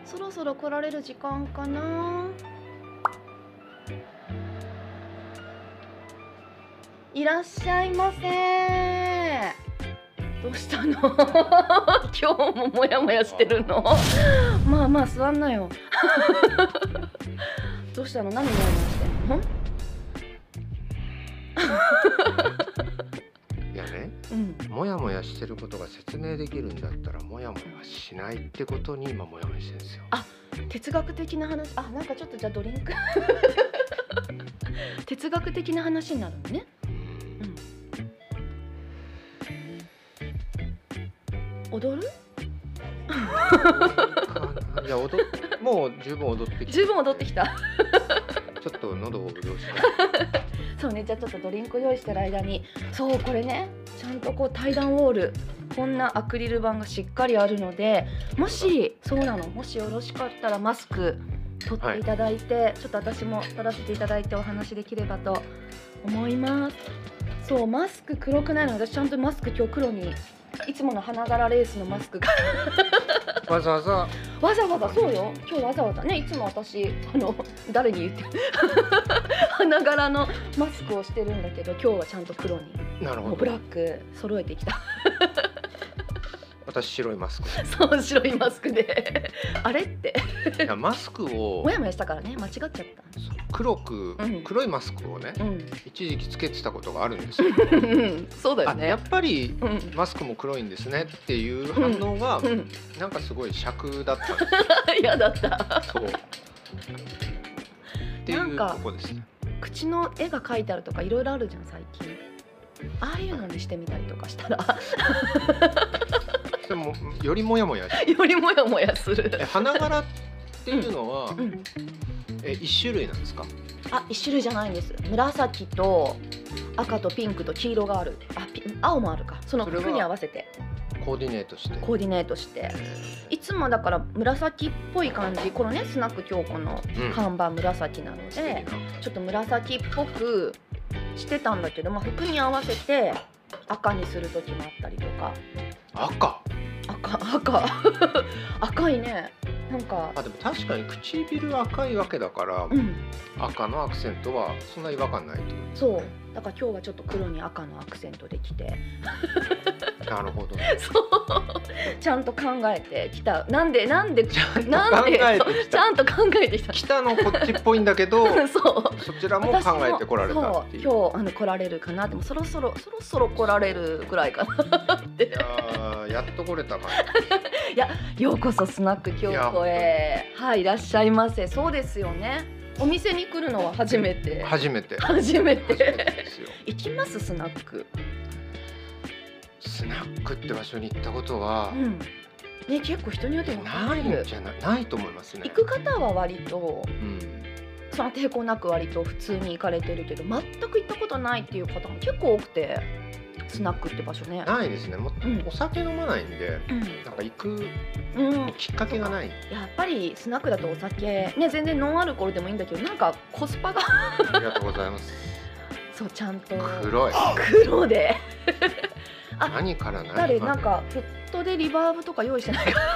そろそろ来られる時間かな。いらっしゃいませ。どうしたの今日もモヤモヤしてるのまあまあ座んなよどうしたの、何モヤモヤしてんのいやね、 うん、 もやもやしてることが説明できるんだったらもやもやはしないってことに今もやもやしてるんですよ。 あ、哲学的な話。あ、なんかちょっとじゃあドリンク哲学的な話になるのね。踊るいやもう十分踊ってきた。 十分踊ってきたちょっと喉を潤してそうね、じゃあちょっとドリンク用意してる間に、そうこれね、ちゃんとこう対談ウォール、こんなアクリル板がしっかりあるので、もしそうなの、もしよろしかったらマスク取っていただいて、ちょっと私も取らせていただいてお話できればと思います。そう、マスク黒くないの。私ちゃんとマスク今日黒に、いつもの花柄レースのマスクがわざわざそうよ、今日わざわざね、いつも私誰に言って花柄のマスクをしてるんだけど、今日はちゃんと黒に、 なるほど、 もうブラック揃えてきた私白いマスクそう白いマスクであれっていやマスクをもやもやしたからね、間違っちゃった。 黒いマスクをね、一時期つけてたことがあるんですよそうだよね。 やっぱりマスクも黒いんですねっていう反応がなんかすごい尺だったんですよ嫌だったそうっていうとこですね。 口の絵が描いてあるとかいろいろあるじゃん最近。ああいうのにしてみたりとかしたらでもよりもやもやよりもやもやする。 花柄っていうのは、一種類なんですか？ あ、一種類じゃないんです。紫と赤とピンクと黄色がある。青もあるか。その服に合わせてコーディネートして、 いつもだから紫っぽい感じ。このね、スナック京子の看板紫なので、ちょっと紫っぽくしてたんだけど、服に合わせて赤にする時もあったりとか。赤いね。なんかでも確かに唇赤いわけだから、赤のアクセントはそんな違和感ないと思う。 そうだから今日はちょっと黒に赤のアクセントできてなるほど、 そうちゃんと考えてきた。なんでちゃんと考えてきた。 北のこっちっぽいんだけどそちらも考えてこられたっていう。 今日来られるかな。でもそろそろ来られるぐらいかなっていやっと来れたかな。 いや、ようこそスナック京子へ。はい、いらっしゃいませ。そうですよね、お店に来るのは初めてですよ。行きます？スナックって場所に行ったことは、 ね、結構人によってもないと思いますね。 行く方は割と、その抵抗なく割と普通に行かれてるけど、全く行ったことないっていう方も結構多くて、スナックって場所ね。 ないですね。お酒飲まないんで、なんか行くきっかけがない。 やっぱりスナックだとお酒ね、全然ノンアルコールでもいいんだけど、なんかコスパがありがとうございます。 そう、ちゃんと黒で何から何まで。なんかフットでリバーブとか用意してないか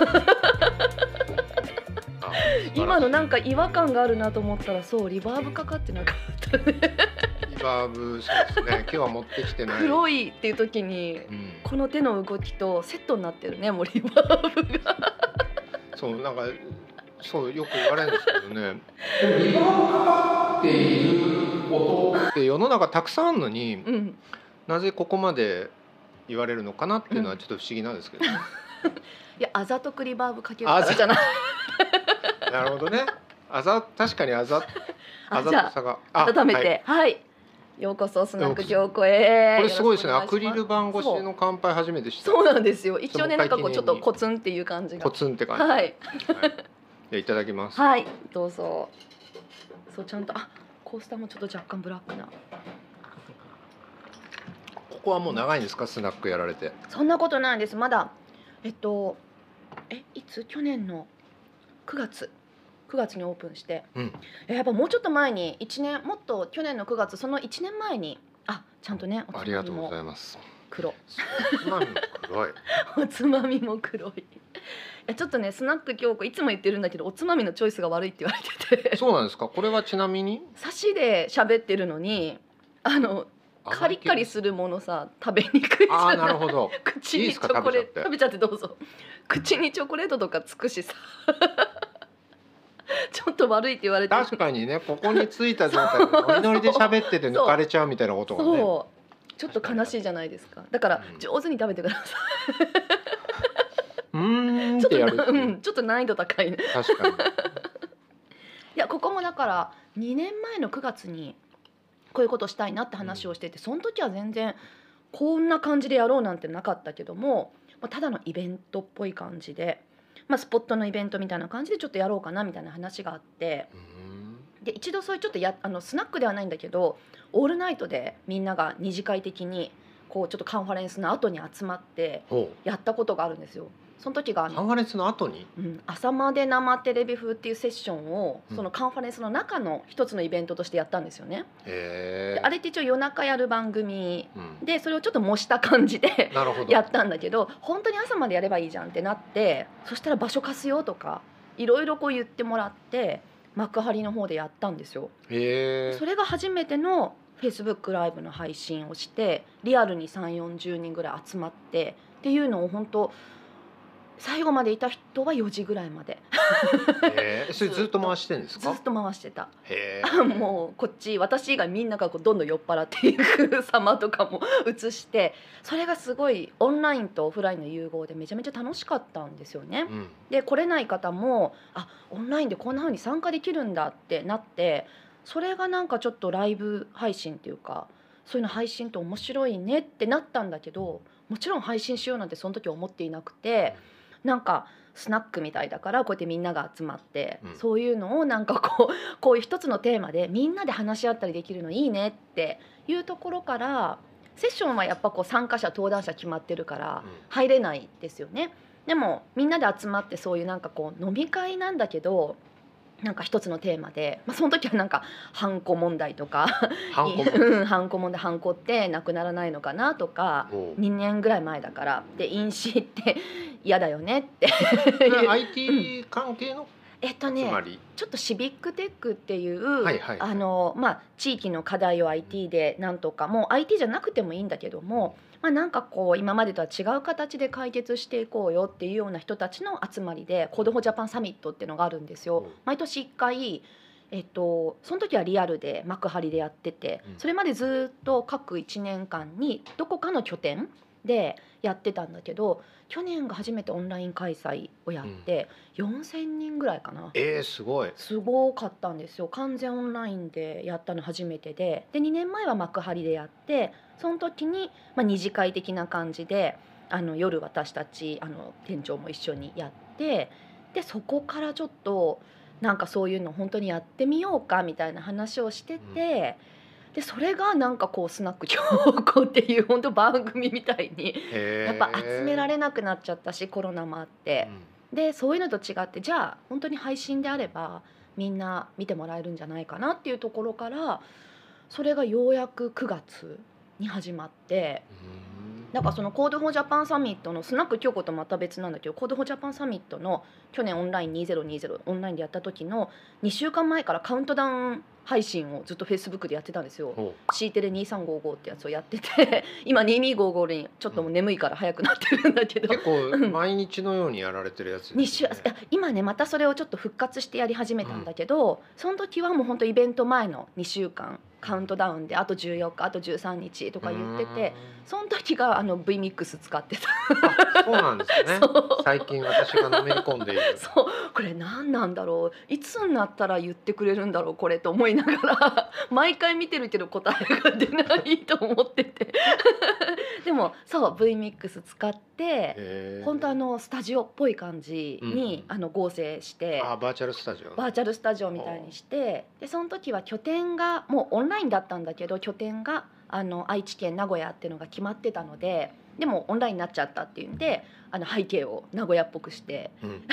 今のなんか違和感があるなと思ったら、そうリバーブかかってなかったねリバーブ、そうですね。今日は持ってきてない。 黒いっていう時に、この手の動きとセットになってるね、もうリバーブがそうなんかそうよく言われるんですけどねリバーブかかっている音って世の中たくさんあるのに、なぜここまで言われるのかなっていうのはちょっと不思議なんですけど、いや、あざとくリバーブかけるからじゃないなるほどね。確かにあざとさが。 改めて、はい、ようこそスナック京子へ。 これすごいですね。アクリル板越しの乾杯初めてした。 そうなんですよ。一応ね、なんかこうちょっとコツンっていう感じが。 コツンって感じ。 はい。 いただきます。 はい、どうぞ。そうちゃんとコースターもちょっと若干ブラックな。 ここはもう長いんですか、スナックやられて？ そんなことないんです。まだいつ去年の9月にオープンして、やっぱもうちょっと前に1年、もっと去年の9月、その1年前にちゃんとね、 ありがとうございます。 黒。 おつまみも黒い。 おつまみも黒い。 やちょっとね、スナック京子いつも言ってるんだけど、おつまみのチョイスが悪いって言われててそうなんですか。これはちなみに差しで喋ってるのにカリカリするものさ食べにくいじゃない。 なるほど。 口にチョコレート食べちゃってどうぞ。口にチョコレートとかつくしさちょっと悪いって言われて。 確かにね、ここについた状態でノリノリで喋ってて抜かれちゃうみたいなことがね。 そうちょっと悲しいじゃないですか。だから上手に食べてください。 ってやる。 ちょっと難易度高いね。 確かに。 いやここもだから2年前の9月にこういうことしたいなって話をしてて、その時は全然こんな感じでやろうなんてなかったけども、ただのイベントっぽい感じで、スポットのイベントみたいな感じでちょっとやろうかなみたいな話があって、で一度そういうちょっとスナックではないんだけどオールナイトでみんなが二次会的にこうちょっとカンファレンスの後に集まってやったことがあるんですよ。その時がカンファレンスの後に、 朝まで生テレビ風っていうセッションをそのカンファレンスの中の一つのイベントとしてやったんですよね。であれって一応夜中やる番組で、それをちょっと模した感じでやったんだけど、本当に朝までやればいいじゃんってなって、そしたら場所貸すよとかいろいろこう言ってもらって幕張の方でやったんですよ。それが初めての Facebook ライブの配信をして、リアルに3、40人ぐらい集まってっていうのを本当最後までいた人は4時ぐらいまでそれずっと回してるんですか？ ずっと回してた。もうこっち私以外みんながこうどんどん酔っ払っていく様とかも映して、それがすごいオンラインとオフラインの融合でめちゃめちゃ楽しかったんですよね。で来れない方もオンラインでこんな風に参加できるんだってなって、それがなんかちょっとライブ配信っていうかそういうの配信って面白いねってなったんだけど、もちろん配信しようなんてその時は思っていなくて、なんかスナックみたいだからこうやってみんなが集まって、そういうのをなんかこういう一つのテーマでみんなで話し合ったりできるのいいねっていうところから、セッションはやっぱこう参加者登壇者決まってるから入れないですよね。でもみんなで集まってそういうなんかこう飲み会なんだけど、なんか一つのテーマで、その時はなんかハンコ問題とかハンコ問題、ハンコってなくならないのかなとか、2年ぐらい前だからで飲酒って嫌だよねって IT 関係のちょっとシビックテックっていう地域の課題を IT でなんとか、もう IT じゃなくてもいいんだけども、なんかこう今までとは違う形で解決していこうよっていうような人たちの集まりで、コードフォージャパンサミットっていうのがあるんですよ。毎年1回その時はリアルで幕張でやってて、それまでずっと各1年間にどこかの拠点でやってたんだけど、去年が初めてオンライン開催をやって、4,000人ぐらいかな。 すごい。 すごかったんですよ。完全オンラインでやったの初めてで、2年前は幕張でやって、その時に二次会的な感じで夜私たち店長も一緒にやって、でそこからちょっとなんかそういうの本当にやってみようかみたいな話をしてて、でそれがなんかこうスナック京子っていう本当番組みたいにやっぱ集められなくなっちゃったし、コロナもあって、でそういうのと違って、じゃあ本当に配信であればみんな見てもらえるんじゃないかなっていうところから、それがようやく9月に始まって、なんかそのコードフォージャパンサミットのスナック京子とまた別なんだけど、コードフォージャパンサミットの去年オンライン2020オンラインでやった時の2週間前からカウントダウン配信をずっと Facebook でやってたんですよ。C テレ2355ってやつをやってて今2255にちょっともう眠いから早くなってるんだけど、 結構毎日のようにやられてるやつですね。 今ねまたそれをちょっと復活してやり始めたんだけど、その時はもう本当イベント前の2週間カウントダウンであと14日あと13日とか言ってて、その時がVMix 使ってた。 そうなんですね。最近私がのめり込んでいるそうこれ何なんだろう、いつになったら言ってくれるんだろうこれと思いながら毎回見てるけど答えが出ないと思っててでもそう VMix 使って本当スタジオっぽい感じに合成して、 バーチャルスタジオみたいにして、でその時は拠点がもうオンラインだったんだけど、拠点が愛知県名古屋っていうのが決まってたので、でもオンラインになっちゃったっていうんで背景を名古屋っぽくして、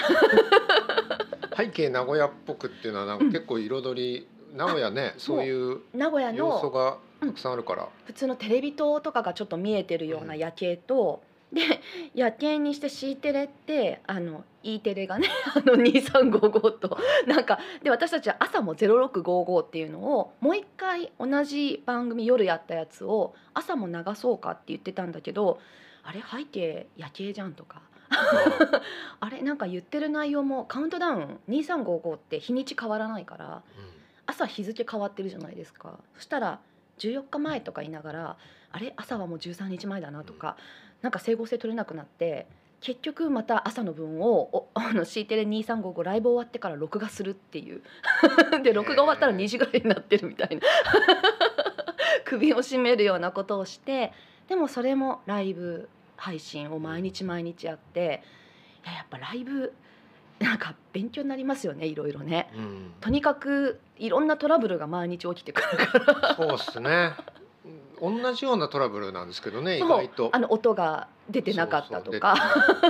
背景名古屋っぽくっていうのはなんか結構彩り、名古屋ね、そういう名古屋の要素がたくさんあるから、 普通のテレビ塔とかがちょっと見えてるような夜景と、 で夜景にして C テレってE テレがね2355となんかで私たちは朝も0655っていうのをもう一回同じ番組夜やったやつを朝も流そうかって言ってたんだけど、あれ背景夜景じゃんとかああれなんか言ってる内容もカウントダウン2355って日にち変わらないから朝日付変わってるじゃないですか。そしたら14日前とか言いながらあれ朝はもう13日前だなとか、なんか整合性取れなくなって結局また朝の分をC テレ2355ライブ終わってから録画するっていうで録画終わったら2時ぐらいになってるみたいな首を絞めるようなことをして、でもそれもライブ配信を毎日毎日やって、やっぱライブなんか勉強になりますよね、いろいろね。とにかくいろんなトラブルが毎日起きてくるからそうですね。同じようなトラブルなんですけどね、意そう外と。 音が出てなかったとか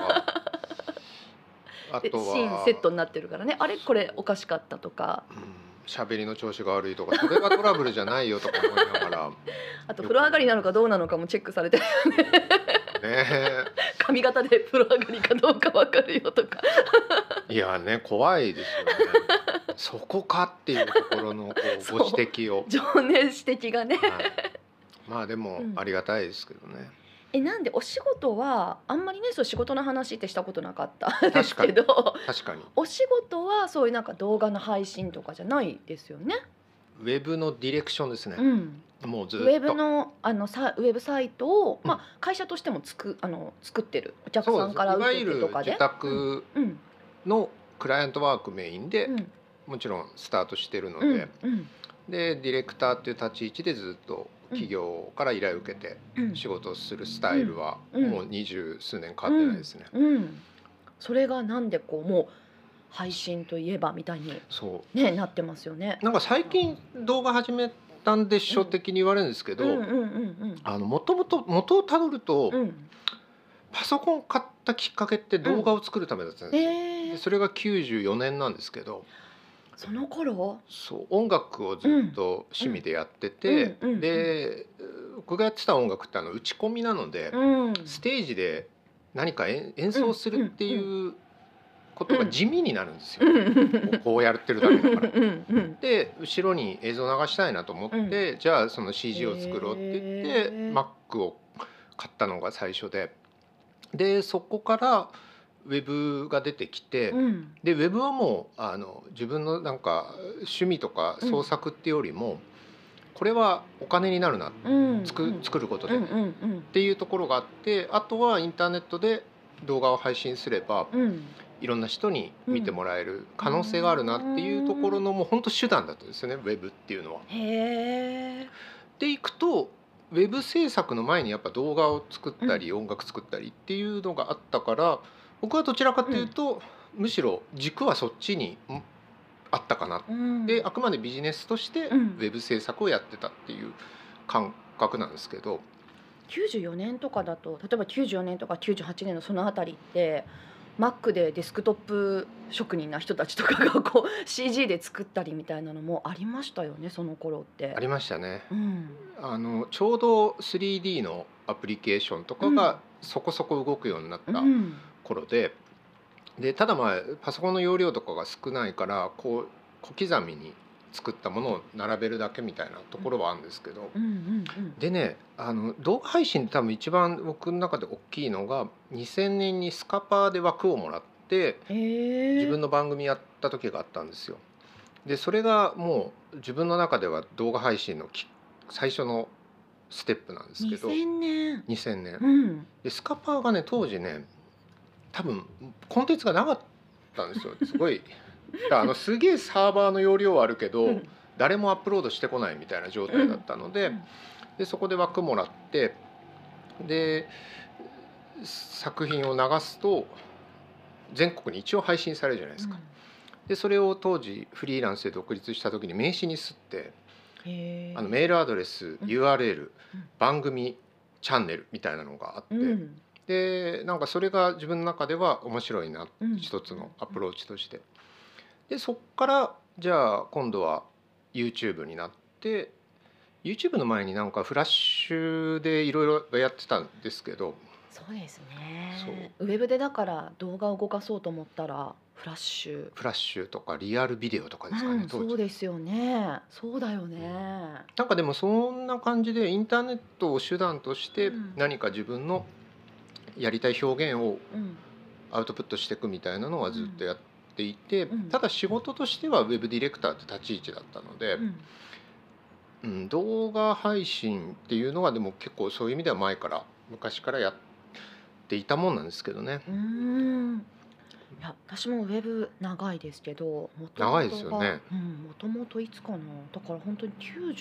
あでシとはーンセットになってるからね、あれこれおかしかったとか、 喋りの調子が悪いとか、それがトラブルじゃないよとか思いながらあと風呂上がりなのかどうなのかもチェックされてね髪型で風呂上がりかどうか分かるよとかいやね、怖いですよね。そこかっていうところのそうご指摘を、 情熱的がね。 はい、まあでもありがたいですけどね。 なんでお仕事はあんまりね、そう仕事の話ってしたことなかったんですけど、 確かにお仕事はそういうなんか動画の配信とかじゃないですよね。 ウェブのディレクションですね。もうずっとウェブのウェブサイトを、会社としても作ってるお客さんから受けてとかで、 いわゆる受託のクライアントワークメインで、もちろんスタートしてるので、でディレクターっていう立ち位置でずっと企業から依頼を受けて仕事をするスタイルはもう20数年変わってないですね。 それがなんでもう配信といえばみたいに、ね、なってますよね。 なんか最近動画始めたんでしょ的に言われるんですけど、もともと元をたどると、パソコン買ったきっかけって動画を作るためだったんですよ。でそれが94年なんですけど、 その頃音楽をずっと趣味でやってて、で僕がやってた音楽って打ち込みなので、ステージで何か演奏するっていうことが地味になるんですよ。こうやってるだけだから。で後ろに映像流したいなと思って、じゃあその CG を作ろうって言って Mac を買ったのが最初でそこからウェブが出てきて、でウェブはもう自分のなんか趣味とか創作っていうよりも、これはお金になるな、作ることで、っていうところがあって、あとはインターネットで動画を配信すれば、いろんな人に見てもらえる可能性があるなっていうところのもう本当手段だったんですよね、ウェブっていうのは。でいくとウェブ制作の前にやっぱ動画を作ったり音楽作ったりっていうのがあったから、僕はどちらかというと、むしろ軸はそっちにあったかな、であくまでビジネスとしてウェブ制作をやってたっていう感覚なんですけど、 94年とかだと、例えば94年とか98年のそのあたりってMac でデスクトップ職人な人たちとかがCG で作ったりみたいなのもありましたよね、その頃って。 ありましたね。ちょうど 3D のアプリケーションとかがそこそこ動くようになった頃で、ただパソコンの容量とかが少ないから小刻みに作ったものを並べるだけみたいなところはあるんですけど、でね、動画配信で多分一番僕の中で大きいのが2000年にスカパーで枠をもらって自分の番組やった時があったんですよ。でそれがもう自分の中では動画配信の最初のステップなんですけど、2000年、でスカパーがね当時ね多分コンテンツがなかったんですよ。すごいすげえサーバーの容量はあるけど、誰もアップロードしてこないみたいな状態だったので、そこで枠もらって、で作品を流すと全国に一応配信されるじゃないですか。でそれを当時フリーランスで独立した時に名刺にすって、メールアドレス、URL、番組チャンネルみたいなのがあって、でなんかそれが自分の中では面白いな、一つのアプローチとして。でそっからじゃあ今度は YouTube になって、 YouTube の前になんかフラッシュでいろいろやってたんですけど、 そうですそうね。ウェブでだから動画を動かそうと思ったらフラッシュ。 フラッシュとかリアルビデオとかですかね、当そう時。 ですよね。そうだよね。 なんかでもそんな感じでインターネットを手段としてうん何か自分のやりたい表現をうんアウトプットしていくみたいなのはずっとやっていて、 うんただ仕事としてはウェブディレクターって立ち位置だったので、動画配信っていうのはでも結構そういう意味では昔からやっていたもんなんですけどね。 いや、私もウェブ長いですけど、もとも長いですとが、 よね。 もともといつかな、だから本当に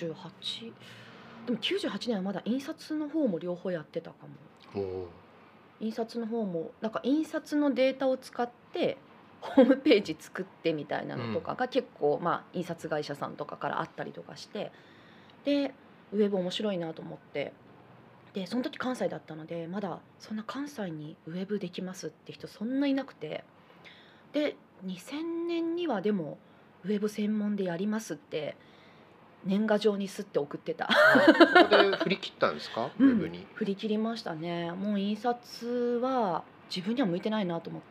98、でも98年はまだ印刷の方も両方やってたかも。 おー印刷の方も、なんか印刷のデータを使ってホームページ作ってみたいなのとかが結構、印刷会社さんとかからあったりとかして、で、ウェブ面白いなと思って、で、その時関西だったので、まだそんな関西にウェブできますって人そんないなくて、で、2000年にはでもウェブ専門でやりますって年賀状にすって送ってた。 そこで振り切ったんですか、ウェブに。 振り切りましたね。もう印刷は自分には向いてないなと思って、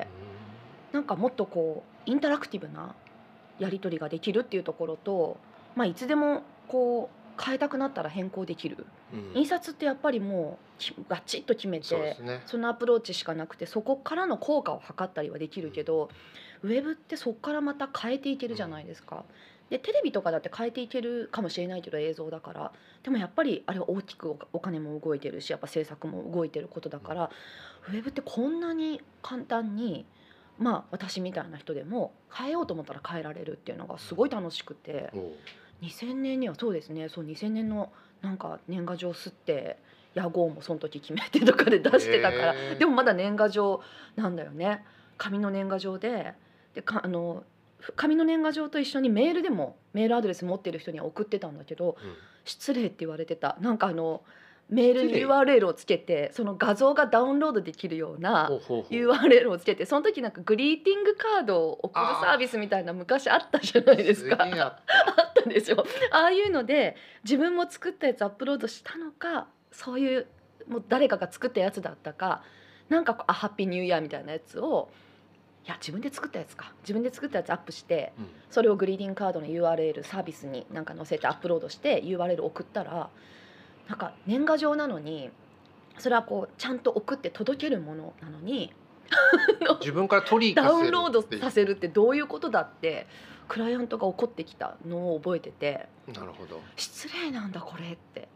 なんかもっとこうインタラクティブなやり取りができるっていうところと、いつでもこう変えたくなったら変更できる。印刷ってやっぱりもうガチッと決めて、 そうですね。 そのアプローチしかなくて、そこからの効果を測ったりはできるけど、ウェブってそこからまた変えていけるじゃないですか。で、テレビとかだって変えていけるかもしれないけど、映像だから。でもやっぱりあれは大きくお金も動いてるし、やっぱ制作も動いてることだから、ウェブってこんなに簡単に、私みたいな人でも変えようと思ったら変えられるっていうのがすごい楽しくて、 おー 2000年にはそうですね、そう2000年のなんか年賀状すって屋号もその時決めてとかで出してたから、 へーでもまだ年賀状なんだよね。紙の年賀状で紙の年賀状と一緒にメールでもメールアドレス持ってる人には送ってたんだけど、失礼って言われてた。なんかメールに失礼 URL をつけて、その画像がダウンロードできるようなほうほうほう URL をつけて、その時なんかグリーティングカードを送るサービスみたいな昔あったじゃないですか。 すげえあっあったんですよ。ああいうので自分も作ったやつアップロードしたのか、そういうもう誰かが作ったやつだったか、なんかハッピーニューイヤーみたいなやつを、いや自分で作ったやつか、自分で作ったやつアップして、 た。 それをグリーティングカードの URL サービスになんか載せてアップロードして URL 送ったら、なんか年賀状なのに、それはこうちゃんと送って届けるものなのに自分から取り行ダかせるウンロードっていうさせるってどういうことだってクライアントが怒ってきたのを覚えてて、 なるほど。 失礼なんだこれって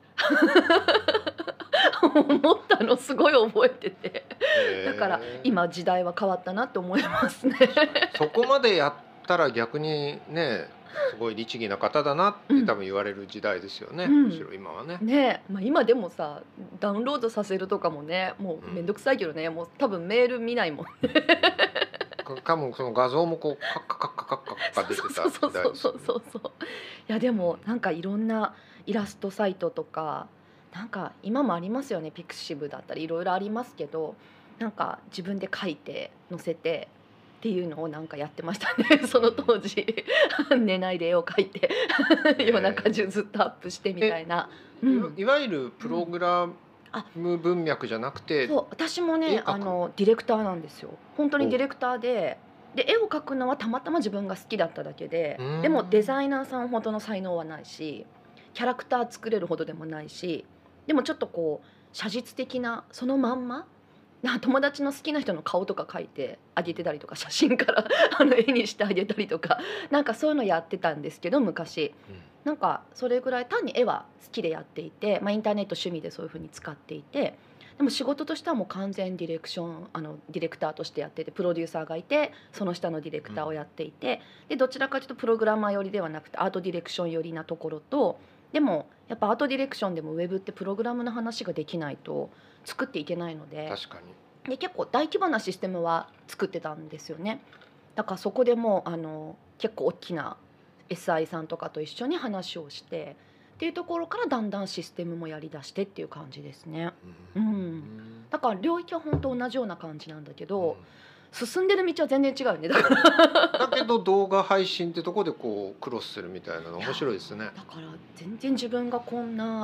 思ったのすごい覚えてて、だから今時代は変わったなって思いますね。 そこまでやったら逆にね、すごい律儀な方だなって多分言われる時代ですよね、むしろ今はね。 ねえ、今でもさダウンロードさせるとかもね、もうめんどくさいけどね、もう多分メール見ないもん。 かもその画像もこうカッカカッカカッカッカ出てたそうそう時代ですよね。 そうそうそうそう。いやでもなんかいろんなイラストサイトとか、なんか今もありますよね、ピクシブだったりいろいろありますけど、なんか自分で書いて載せてっていうのをなんかやってましたね。その当時寝ないで絵を描いて夜中中ずっとアップしてみたいな。 いわゆるプログラム文脈じゃなくて、 そう、私もね絵描くディレクターなんですよ。本当にディレクターで絵を描くのはたまたま自分が好きだっただけで、でもデザイナーさんほどの才能はないし、キャラクター作れるほどでもないし、でもちょっとこう写実的なそのまんま、友達の好きな人の顔とか描いてあげてたりとか、写真から絵にしてあげたりとか、なんかそういうのやってたんですけど昔。なんかそれぐらい単に絵は好きでやっていて、インターネット趣味でそういう風に使っていて、でも仕事としてはもう完全ディレクターとしてやってて、プロデューサーがいてその下のディレクターをやっていて、でどちらかというとプログラマー寄りではなくてアートディレクション寄りなところと、でもやっぱアートディレクションでもウェブってプログラムの話ができないと作っていけないので、 確かに。 で結構大規模なシステムは作ってたんですよね。だからそこでも結構大きな SI さんとかと一緒に話をしてっていうところからだんだんシステムもやりだしてっていう感じですね。だから領域は本当同じような感じなんだけど、進んでる道は全然違うよね。だからだけど動画配信ってとこでこうクロスするみたいなの面白いですね。 だから全然自分がこんな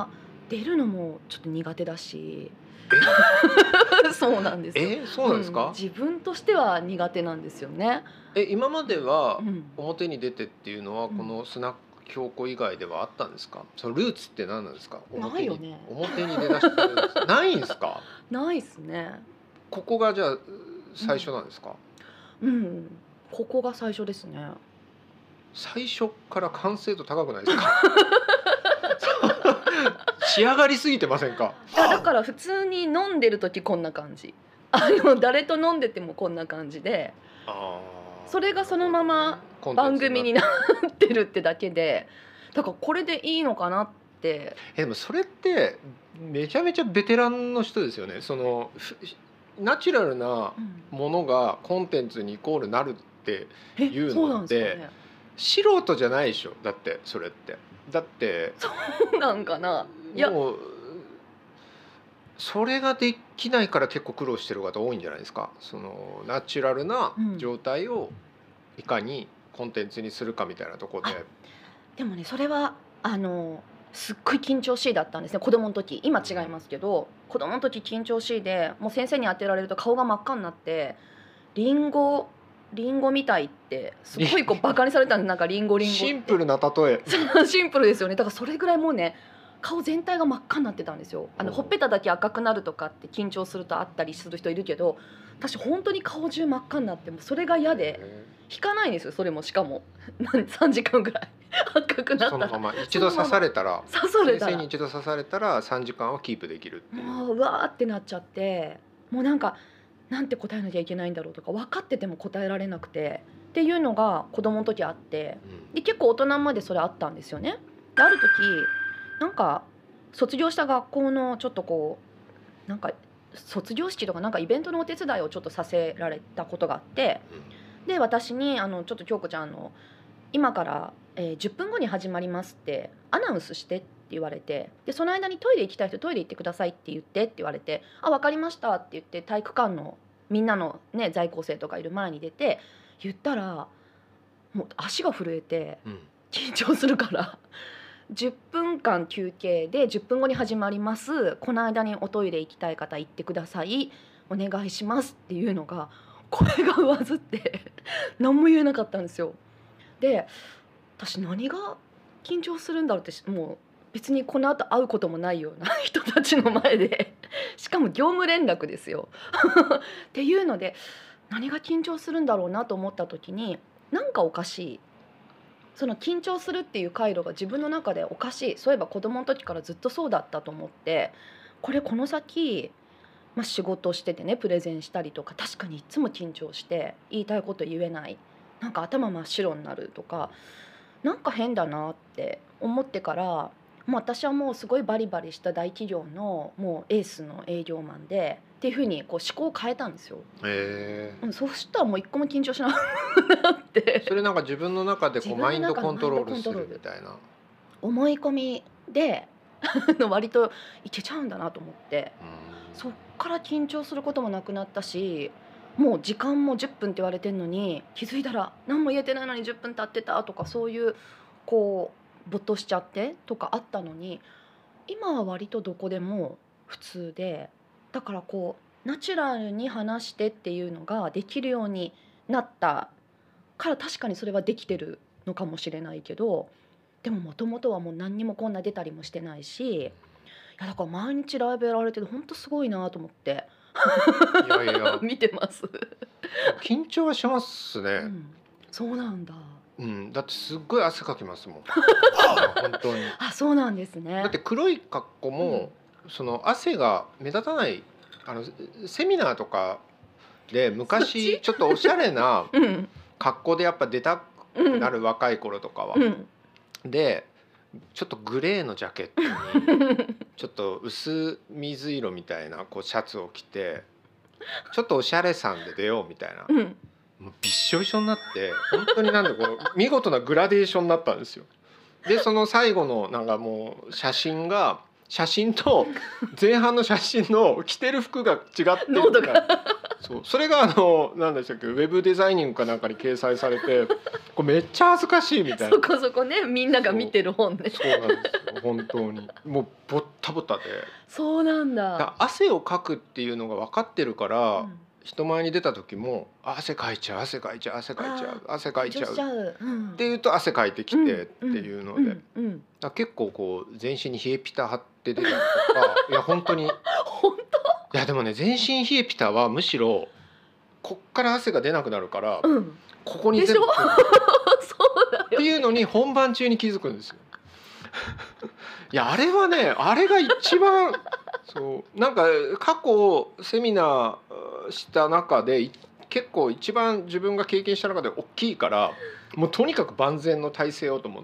出るのもちょっと苦手だしそうなんですよ。 そうなんですか、 自分としては苦手なんですよね。 今まではうん表に出てっていうのはこのスナック京子以外ではあったんですか？そのルーツって何なんですか？ ないよね。 表に出だしてるんですないんですか？ ないっすね。 ここがじゃあ最初なんですか？ ここが最初ですね。 最初から完成度高くないですか？仕上がりすぎてませんか？ いやだから普通に飲んでる時こんな感じ。誰と飲んでてもこんな感じで、それがそのまま番組になってるってだけで、だからこれでいいのかなって。 でもそれってめちゃめちゃベテランの人ですよね。そのナチュラルなものがコンテンツにイコールなるっていうのって、素人じゃないでしょ。だってそれってだってそうなんかな。 もうそれができないから結構苦労してる方多いんじゃないですか。そのナチュラルな状態をいかにコンテンツにするかみたいなところで。 でもね、それはすっごい緊張しいだったんですね、子供の時。今違いますけど、子供の時緊張しいで、もう先生に当てられると顔が真っ赤になって、リンゴみたいってすごいこうバカにされたんで、なんかリンゴってシンプルな例えシンプルですよね。だからそれぐらいもうね、顔全体が真っ赤になってたんですよ。ほっぺただけ赤くなるとかって緊張するとあったりする人いるけど、私本当に顔中真っ赤になって、もうそれが嫌で引かないんですよ。それもしかも3時間ぐらい赤くなったら、 そのまま一度刺されたら先生に一度刺されたら3時間はキープできるっていう。 もううわーってなっちゃって、もうなんかなんて答えなきゃいけないんだろうとか分かってても答えられなくてっていうのが子供の時あって、で結構大人までそれあったんですよね。である時なんか卒業した学校のちょっとこうなんか卒業式とかなんかイベントのお手伝いをちょっとさせられたことがあって、で私にちょっと京子ちゃん今から、10分後に始まりますってアナウンスしてって言われて、でその間にトイレ行きたい人トイレ行ってくださいって言ってって言われて、あ分かりましたって言って体育館のみんなのね在校生とかいる前に出て言ったら、もう足が震えて緊張するから10分間休憩で10分後に始まります、この間におトイレ行きたい方行ってください、お願いしますっていうのが、これが上ずって何も言えなかったんですよ。で私何が緊張するんだろうって、もう別にこの後会うこともないような人たちの前でしかも業務連絡ですよっていうので、何が緊張するんだろうなと思った時に、なんかおかしい、その緊張するっていう回路が自分の中でおかしい、そういえば子供の時からずっとそうだったと思って、この先、仕事しててねプレゼンしたりとか、確かにいつも緊張して言いたいこと言えない、なんか頭真っ白になるとか、なんか変だなって思ってから、もう私はもうすごいバリバリした大企業のもうエースの営業マンでっていう風にこう思考を変えたんですよ。そうしたらもう一個も緊張しなくなって、 それなんか自分の中でこうマインドコントロールするみたいな思い込みで割といけちゃうんだなと思って、そっから緊張することもなくなったし、もう時間も10分って言われてんのに気づいたら何も言えてないのに10分経ってたとか、そういうこう没頭しちゃってとかあったのに、今は割とどこでも普通で、だからこうナチュラルに話してっていうのができるようになったから、確かにそれはできてるのかもしれないけど、でももともとはもう何にもこんな出たりもしてないし、いやだから毎日ライブやられてる本当すごいなと思っていやいや見てます緊張はしますね、 そうなんだ。 だってすっごい汗かきますもん本当に。 そうなんですね。 だって黒い格好も、その汗が目立たない、セミナーとかで昔ちょっとおしゃれな格好でやっぱ出たくなる、若い頃とかは、でちょっとグレーのジャケットにちょっと薄水色みたいなこうシャツを着てちょっとおしゃれさんで出ようみたいな、もうびっしょびしょになって本当になんでこう見事なグラデーションになったんですよ。でその最後のなんかもう写真と前半の写真の着てる服が違ってるからそれが何でしたっけ、ウェブデザイニングかなんかに掲載されて、これめっちゃ恥ずかしいみたいな。 そこそこね、みんなが見てる本ね。 そうなんですよ、本当にもうボッタボタで。 そうなんだ。 汗をかくっていうのが分かってるから、 うん、 人前に出た時も汗かいちゃう汗かいちゃう汗かいちゃう汗かいちゃうっていうと汗かいてきてっていうので、だ結構こう全身に冷えピタ貼って出たりとかいや本当に本当。 いやでもね、全身冷えピタはむしろこっから汗が出なくなるから、ここに全部そうだよっていうのに本番中に気づくんですよ。いやあれはね、あれが一番そうなんか過去セミナーした中で結構一番自分が経験した中で大きいから、もうとにかく万全の体制をと思って。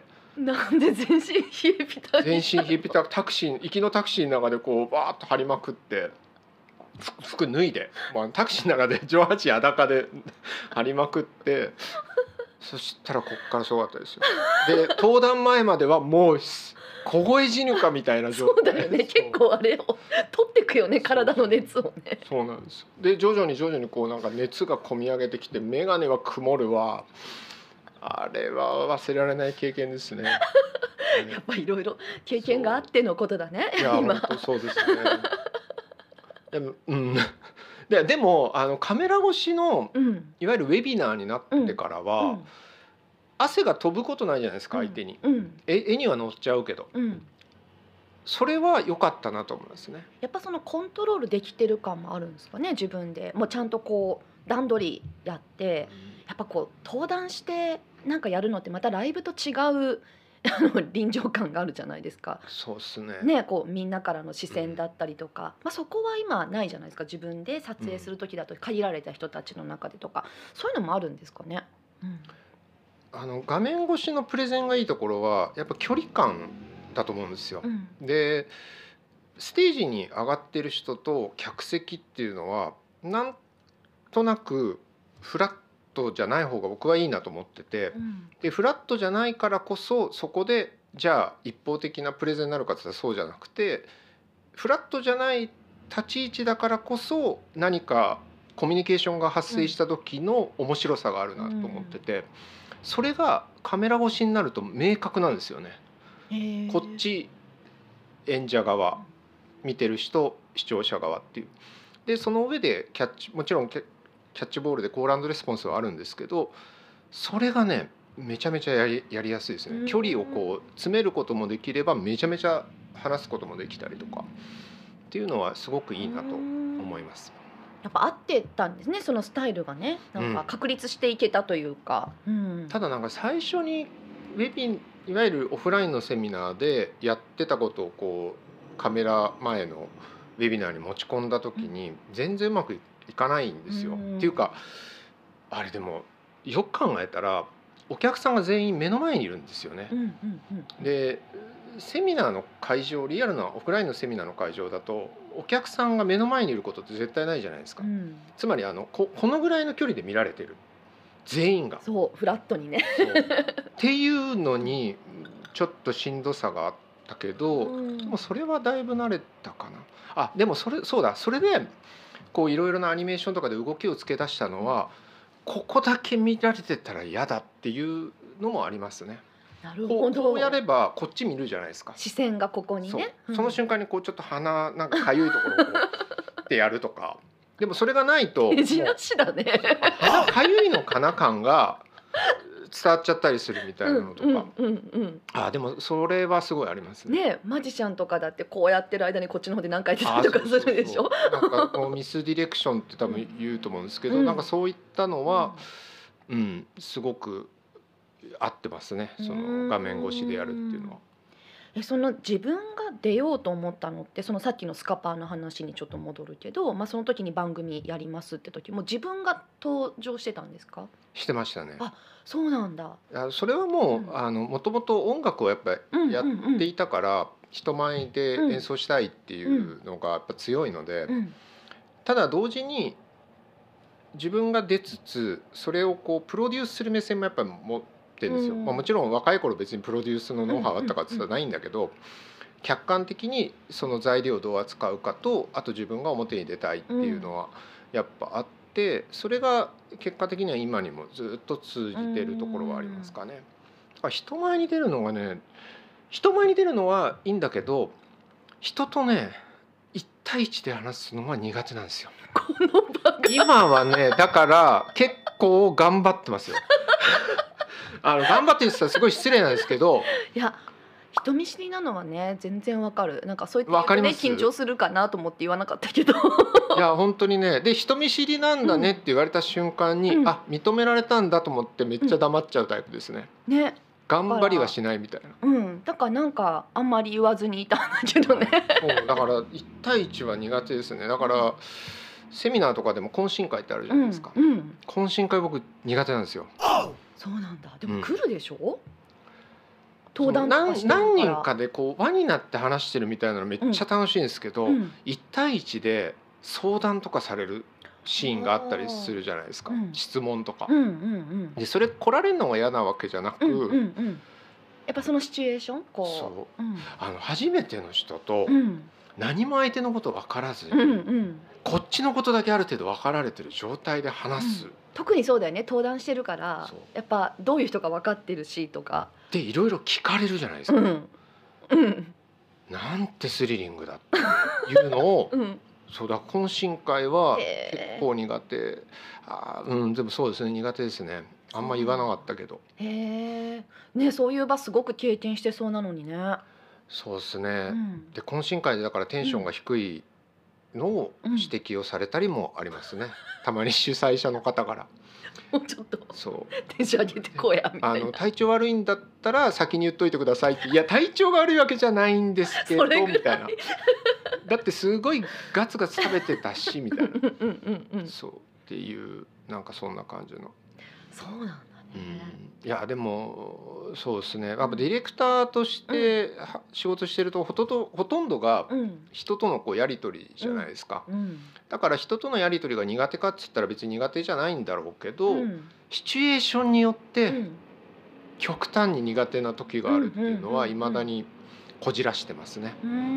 なんで全身冷えピタ。 全身冷えピタ行きのタクシーの中でこうバーッと張りまくって、服脱いで、タクシーの中で上半身裸で張りまくって、そしたらこっからすごかったですよ。で登壇前まではもう凍え死ぬかみたいな状態。 そうだよね、結構あれを取ってくよね、体の熱をね。 そうなんですよ。で徐々にこうなんか熱がこみ上げてきて、眼鏡は曇るわ。あれは忘れられない経験ですね。 やっぱいろいろ経験があってのことだね。 いや本当そうですね。でも、でもカメラ越しのいわゆるウェビナーになってからは、汗が飛ぶことないじゃないですか、相手に。絵には乗っちゃうけど、それは良かったなと思いますね。 やっぱそのコントロールできてる感もあるんですかね、自分でもうちゃんとこう段取りやって、やっぱこう登壇してなんかやるのってまたライブと違う臨場感があるじゃないですか。 そうですね。 ね、こうみんなからの視線だったりとか、そこは今ないじゃないですか。自分で撮影する時だと限られた人たちの中でとか、そういうのもあるんですかね。 画面越しのプレゼンがいいところはやっぱ距離感だと思うんですよ。でステージに上がってる人と客席っていうのはなんとなくフラットじゃない方が僕はいいなと思ってて、でフラットじゃないからこそそこでじゃあ一方的なプレゼンになるかって言ったらそうじゃなくて、フラットじゃない立ち位置だからこそ何かコミュニケーションが発生した時の面白さがあるなと思ってて、それがカメラ越しになると明確なんですよね。こっち演者側、見てる人視聴者側っていう。でその上でもちろんキャッチボールでコール&レスポンスはあるんですけど、それがねめちゃめちゃやりやすいですね。距離をこう詰めることもできればめちゃめちゃ話すこともできたりとかっていうのはすごくいいなと思います。 やっぱ合ってたんですね、そのスタイルがね、なんか確立していけたというか。 ただなんか最初にいわゆるオフラインのセミナーでやってたことをこうカメラ前のウェビナーに持ち込んだ時に全然うまくいかないんですよ。っていうかあれでもよく考えたらお客さんが全員目の前にいるんですよね。でセミナーの会場、リアルなオフラインのセミナーの会場だとお客さんが目の前にいることって絶対ないじゃないですか。つまりこのぐらいの距離で見られてる全員がそうフラットにねっていうのにちょっとしんどさがあったけど、でもそれはだいぶ慣れたかな。でもそれでこういろいろなアニメーションとかで動きをつけ出したのは、ここだけ見られてたら嫌だっていうのもありますね。 なるほど。 こうやればこっち見るじゃないですか。 視線がここにね。 その瞬間にこうちょっと鼻なんかかゆいところをこうってやるとか。でもそれがないと手品師だね。 鼻かゆいのかな感が伝わっちゃったりするみたいなのとか。でもそれはすごいありますね。 ね、マジシャンとかだってこうやってる間にこっちの方で何回やってたりとかするでしょ。 なんかこうミスディレクションって多分言うと思うんですけど、なんかそういったのはすごく合ってますね。その画面越しでやるっていうのは。 その自分が出ようと思ったのって、そのさっきのスカパーの話にちょっと戻るけど、その時に番組やりますって時も自分が登場してたんですか？ してましたね。 そうなんだ。 それはもうもともと音楽をやっぱりやっていたから、人前で演奏したいっていうのがやっぱ強いので、ただ同時に自分が出つつそれをこうプロデュースする目線もやっぱり持ってるんですよ。もちろん若い頃別にプロデュースのノウハウあったかって言ったらないんだけど、客観的にその材料をどう扱うかと、あと自分が表に出たいっていうのはやっぱあって、それが結果的には今にもずっと通じてるところはありますかね。だから人前に出るのがね、人前に出るのはいいんだけど、人とね1対1で話すのは苦手なんですよ。 このバカ。 今はねだから結構頑張ってますよ。頑張って言ってたらすごい失礼なんですけど、 いや人見知りなのはね全然わかる。なんかそういったわかります緊張するかなと思って言わなかったけどいや本当にね、で人見知りなんだねって言われた瞬間に、 うんあ認められたんだと思ってめっちゃ黙っちゃうタイプですね。 ね、 頑張りはしないみたいな。 だからなんかあんまり言わずにいたんだけどねそうだから1対1は苦手ですね。だからセミナーとかでも懇親会ってあるじゃないですか、懇親会僕苦手なんですよ。 そうなんだ。でも来るでしょ、登壇とかしてるから何人かでこう輪になって話してるみたいなのめっちゃ楽しいんですけど、1対1で相談とかされるシーンがあったりするじゃないですか、質問とか、でそれ来られるのが嫌なわけじゃなく、 やっぱそのシチュエーションこうそう、初めての人と何も相手のこと分からず、こっちのことだけある程度分かられてる状態で話す、 特にそうだよね、登壇してるからやっぱどういう人か分かってるしとかでいろいろ聞かれるじゃないですか、なんてスリリングだっていうのを、そうだ懇親会は結構苦手。でもそうですね、苦手ですね。あんま言わなかったけど。 ね、そういう場すごく経験してそうなのにね。 そうですね、で懇親会でだからテンションが低いのを指摘をされたりもありますね、たまに主催者の方から。 もうちょっとそうテンション上げてこうやみたいな。 体調悪いんだったら先に言っといてくださいって。いや体調が悪いわけじゃないんですけどみたいな。だってすごいガツガツ食べてたしみたいな。そうっていうなんかそんな感じの。 そうなんだね。 いやでもそうですね、やっぱディレクターとして仕事してるとほとんどが人とのこうやり取りじゃないですか、だから人とのやり取りが苦手かっつったら別に苦手じゃないんだろうけど、シチュエーションによって極端に苦手な時があるっていうのはいまだにこじらしてますね。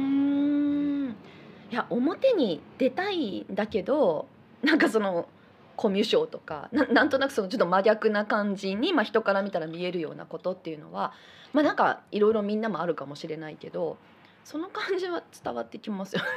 いや表に出たいんだけどなんかそのコミュ障とか なんとなくそのちょっと真逆な感じに、人から見たら見えるようなことっていうのはなんかいろいろみんなもあるかもしれないけど、その感じは伝わってきますよね。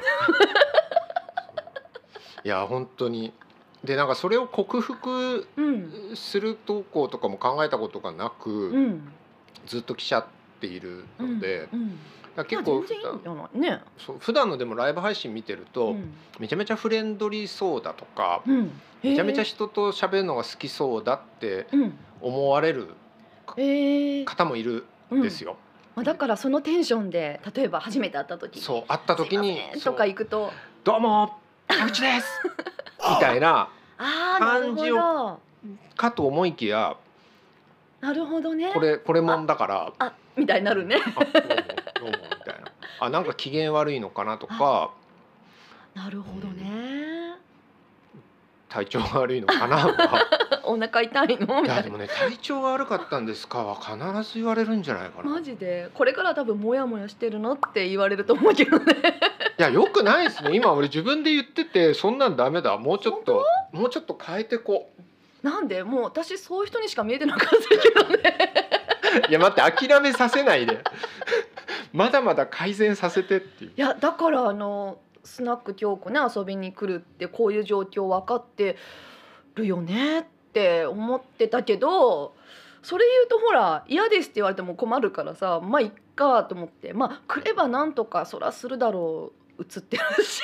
いや本当にでなんかそれを克服する投稿とかも考えたことがなく、ずっと来ちゃっているので。結構普段のでもライブ配信見てると、めちゃめちゃフレンドリーそうだとか、めちゃめちゃ人と喋るのが好きそうだって思われる方もいるんですよ。 だからそのテンションで例えば初めて会った時にそう会った時にとか行くと 「どうも田口です」みたいな感じをかと思いきや、 なるほどね、 これもんだからみたいになるね。 どうもみたいな、なんか機嫌悪いのかなとか、 なるほどね、 体調が悪いのかなとかお腹痛いのみたいな。 いやでもね、体調が悪かったんですかは必ず言われるんじゃないかな。 マジでこれから多分モヤモヤしてるのって言われると思うけどね。 いやよくないですね。今俺自分で言っててそんなんダメだ、もうちょっと変えてこう。なんでもう私そういう人にしか見えてなかったけどね。 いや待って諦めさせないでまだまだ改善させてっていう。 いやだからスナック京子ね遊びに来るってこういう状況分かってるよねって思ってたけど、それ言うとほら嫌ですって言われても困るからさ、まあいっかと思って、来ればなんとかそらするだろう、映ってるし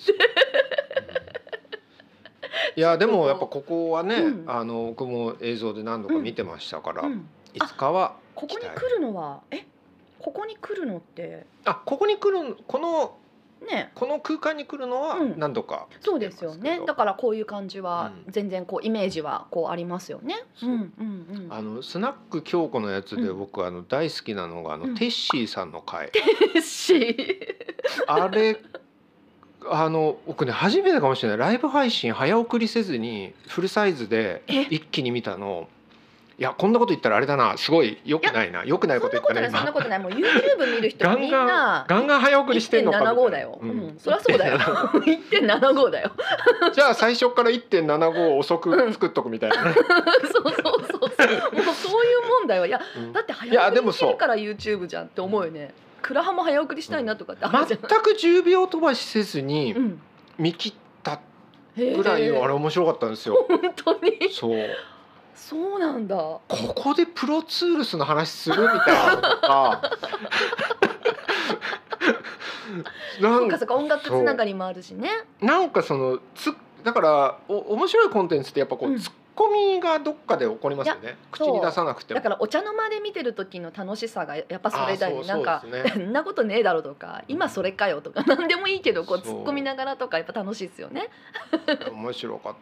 いやでもやっぱここはね、僕も映像で何度か見てましたから、いつかはここに来るのはここに来るのってここに来るこの空間に来るのは何度か、 そうですよね。だからこういう感じは全然こうイメージはこうありますよね。 スナック京子のやつで僕大好きなのがテッシーさんの回。 テッシーあれ僕ね初めてかもしれない、ライブ配信早送りせずにフルサイズで一気に見たのいやこんなこと言ったらあれだな、すごい良くないな、良くないこと言ったねそんなことない、 今。 そんなことない。もう YouTube 見る人はみんなガンガン早送りしてんのかみたいな。 1.75だよ。そりゃそうだよ。1.75だよ。 じゃあ最初から 1.75 遅く作っとくみたいなね。 そうもうそういうもんだよ。いや、だって早送りしてるから YouTube じゃんって思うよね。クラハも早送りしたいなとかってあるじゃん。 全く10秒飛ばしせずに見切ったぐらいあれ面白かったんですよ。 本当に。そうなんだ。 ここでプロツールスの話するみたいなのとかそうかそうか、音楽つながりもあるしね。 なんかだから面白いコンテンツってやっぱこう、ツッコミがどっかで起こりますよね。口に出さなくても。 だからお茶の間で見てる時の楽しさがやっぱそれだよね。なんかそんなことねえだろとか、今それかよとか、何でもいいけどこう突っ込みながらとかやっぱ楽しいですよね。 面白かった。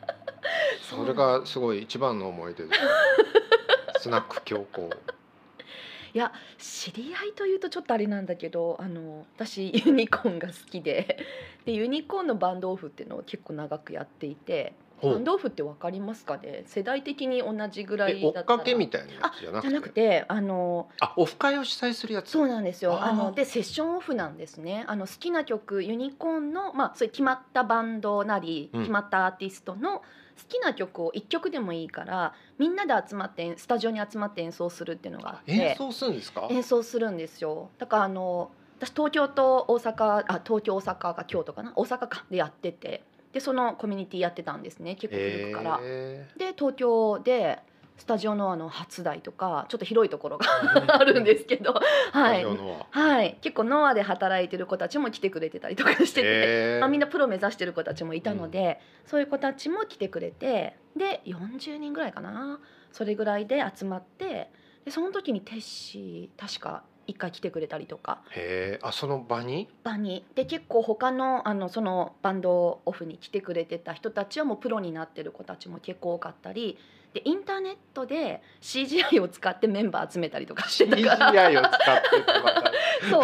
それがすごい一番の思い出です。スナック強行。 いや、知り合いというとちょっとあれなんだけど、私ユニコーンが好きで、ユニコーンのバンドオフっていうのを結構長くやっていて、バンドオフってわかりますかね。世代的に同じぐらいだったら。 追っかけみたいなやつじゃなくて、オフ会を主催するやつ。 そうなんですよ。でセッションオフなんですね。好きな曲、ユニコーンのそういう決まったバンドなり、決まったアーティストの好きな曲を1曲でもいいからみんなで集まってスタジオに集まって演奏するっていうのがあって。 演奏するんですか。 演奏するんですよ。だから私東京と大阪、東京大阪か京都かな、大阪かでやってて、でそのコミュニティやってたんですね、結構古くから。で東京でスタジオの初台とかちょっと広いところがあるんですけど、結構ノアで働いてる子たちも来てくれてたりとかしてて、みんなプロ目指してる子たちもいたので、そういう子たちも来てくれて、で40人ぐらいかな、それぐらいで集まって、でその時にテッシー確か1回来てくれたりとか。 その場にで結構他のそのバンドオフに来てくれてた人たちはもうプロになってる子たちも結構多かったりで、インターネットで CGI を使ってメンバー集めたりとかしてたから。 CGI を使ってってまたそう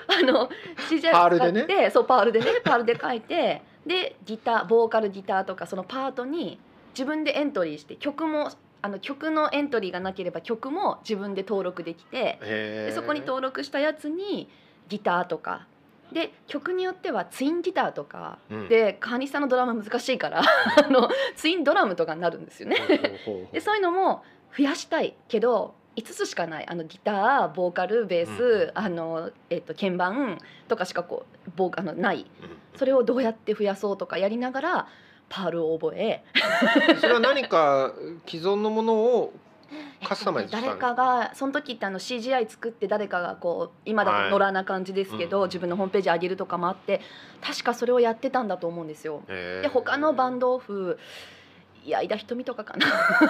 CGI を使って、そうパールで書いて、でギター、ボーカルギターとかそのパートに自分でエントリーして、曲も曲のエントリーがなければ曲も自分で登録できて、でそこに登録したやつにギターとかで、曲によってはツインギターとか、で川西さんのドラム難しいからツインドラムとかになるんですよね。でそういうのも増やしたいけど5つしかない、ギター、ボーカル、ベース、鍵盤とかしかこうない、それをどうやって増やそうとかやりながらパールを覚えそれは何か既存のものをカスタマイズしたんですか。 誰かがその時って CGI 作って誰かがこう今だと野良な感じですけど、自分のホームページ上げるとかもあって、確かそれをやってたんだと思うんですよ。で他のバンドオフ、矢井田瞳とかかな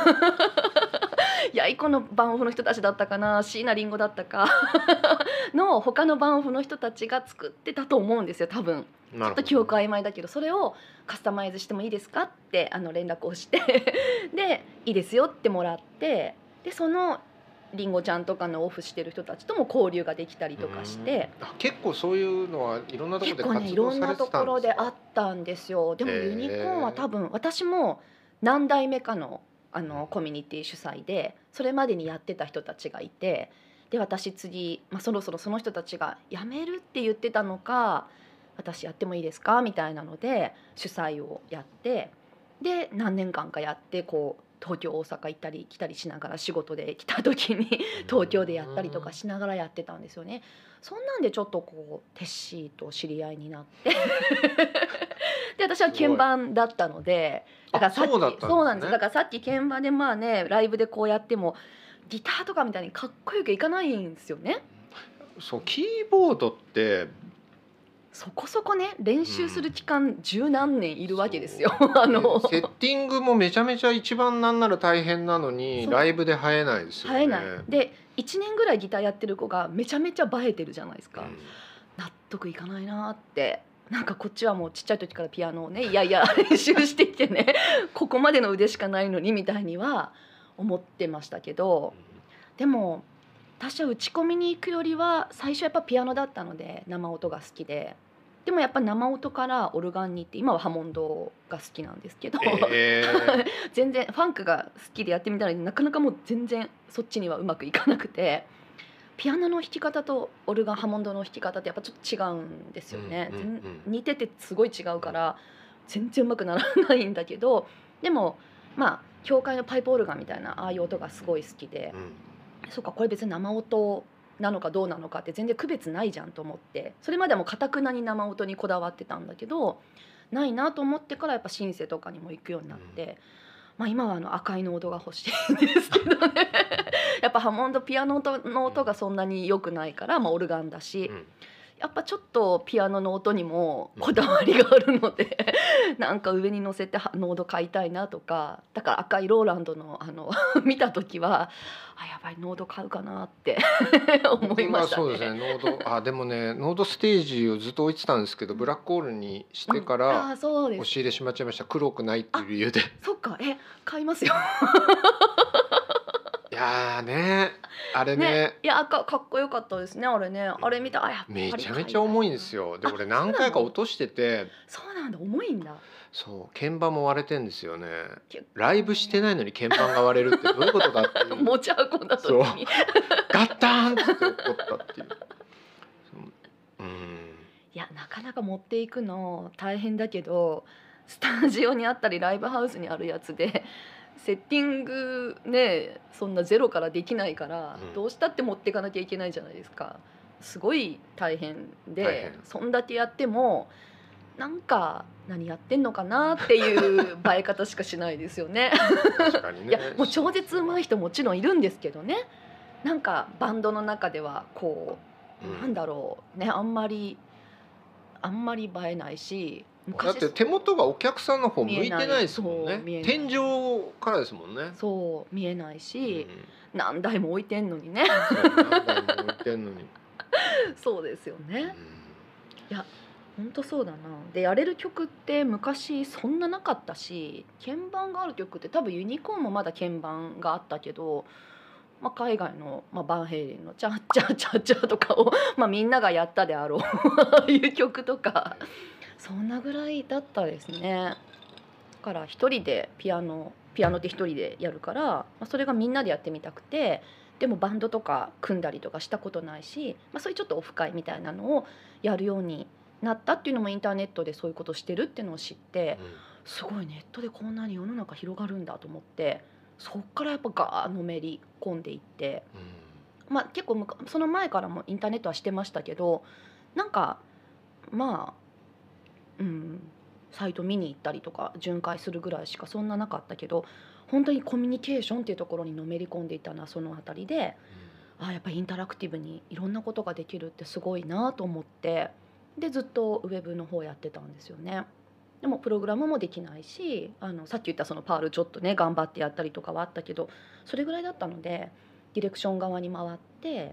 やいこのバンオフの人たちだったかな、椎名林檎だったかの他のバンオフの人たちが作ってたと思うんですよ、多分。ちょっと記憶曖昧だけど、それをカスタマイズしてもいいですかって連絡をしてでいいですよってもらって、でそのりんごちゃんとかのオフしてる人たちとも交流ができたりとかして、 結構そういうのはいろんなところで活動されてたんですか。結構ね、 いろんなところであったんですよ。でもユニコーンは多分私も何代目かのコミュニティ主催で、それまでにやってた人たちがいて、で私次、そろそろその人たちが辞めるって言ってたのか、私やってもいいですかみたいなので主催をやって、で何年間かやって、こう東京大阪行ったり来たりしながら、仕事で来た時に東京でやったりとかしながらやってたんですよね。そんなんでちょっとこうテッシーと知り合いになってで私は鍵盤だったので、だからさっきそうなんです。だからさっき鍵盤でライブでこうやってもギターとかみたいにかっこよくいかないんですよね。 そうキーボードってそこそこね、練習する期間十何年いるわけですよ。 セッティングもめちゃめちゃ一番なんなら大変なのにライブで映えないですよね。映えない。で1年ぐらいギターやってる子がめちゃめちゃ映えてるじゃないですか。納得いかないなって。なんかこっちはもうちっちゃい時からピアノをね、いやいや練習してきてねここまでの腕しかないのにみたいには思ってましたけど、でも私は打ち込みに行くよりは最初やっぱピアノだったので、生音が好きで、 でもやっぱ生音からオルガンに行って、今はハモンドが好きなんですけど、全然ファンクが好きでやってみたらなかなかもう全然そっちにはうまくいかなくて、ピアノの弾き方とオルガンハモンドの弾き方ってやっぱちょっと違うんですよね。似ててすごい違うから全然うまくならないんだけど、でもまあ教会のパイプオルガンみたいなああいう音がすごい好きで、そうかこれ別に生音なのかどうなのかって全然区別ないじゃんと思って、それまでもかたくなに生音にこだわってたんだけど、ないなと思ってからやっぱシンセとかにも行くようになって、まあ、今は赤いの音が欲しいんですけどねやっぱハモンドピアノの音がそんなに良くないから、まあ、オルガンだし、やっぱちょっとピアノの音にもこだわりがあるのでなんか上に乗せてノード買いたいなとか、だから赤いローランドの見た時はやばいノード買うかなって思いましたね。 そうですね、ノードでもねノードステージをずっと置いてたんですけど、ブラックホールにしてから押し入れしまっちゃいました。黒くないっていう理由で。 そっか、買いますよいやね、あれね、 いやかっこよかったですね、あれね。あれ見たやっぱりめちゃめちゃ重いんですよ。で俺何回か落としてて。 そうなんだ、重いんだ。 そう鍵盤も割れてんですよね。ライブしてないのに鍵盤が割れるってどういうことだっていう持ち運んだ時にガッターンって起こったっていう。 いやなかなか持っていくの大変だけど、スタジオにあったりライブハウスにあるやつでセッティングね、そんなゼロからできないから、どうしたって持っていかなきゃいけないじゃないですか。すごい大変で、そんだけやってもなんか何やってんのかなっていう映え方しかしないですよね。 確かにね。 いやもう超絶上手い人もちろんいるんですけどね、なんかバンドの中ではこう、なんだろうね、あんまり映えないし、 だって手元がお客さんの方向いてないですもんね。天井からですもんね。 そう見えないし、何台も置いてんのにね。 何台も置いてんのにそうですよね。いや本当そうだな。でやれる曲って昔そんななかったし、鍵盤がある曲って多分ユニコーンもまだ鍵盤があったけど、まあ、海外の、バンヘイレンの「チャッチャッチャッチャ」とかを、みんながやったであろうああいう曲とかそんなぐらいだったですね。だから一人でピアノって一人でやるから、それがみんなでやってみたくて、でもバンドとか組んだりとかしたことないし、そういうちょっとオフ会みたいなのをやるようになったっていうのもインターネットでそういうことしてるっていうのを知って、すごいネットでこんなに世の中広がるんだと思って、そっからやっぱガーのめり込んでいって、結構その前からもインターネットはしてましたけど、なんかサイト見に行ったりとか巡回するぐらいしかそんななかったけど、本当にコミュニケーションっていうところにのめり込んでいたのはそのあたりで、やっぱりインタラクティブにいろんなことができるってすごいなと思って、でずっとウェブの方やってたんですよね。でもプログラムもできないし、さっき言ったそのパールちょっとね頑張ってやったりとかはあったけど、それぐらいだったのでディレクション側に回って、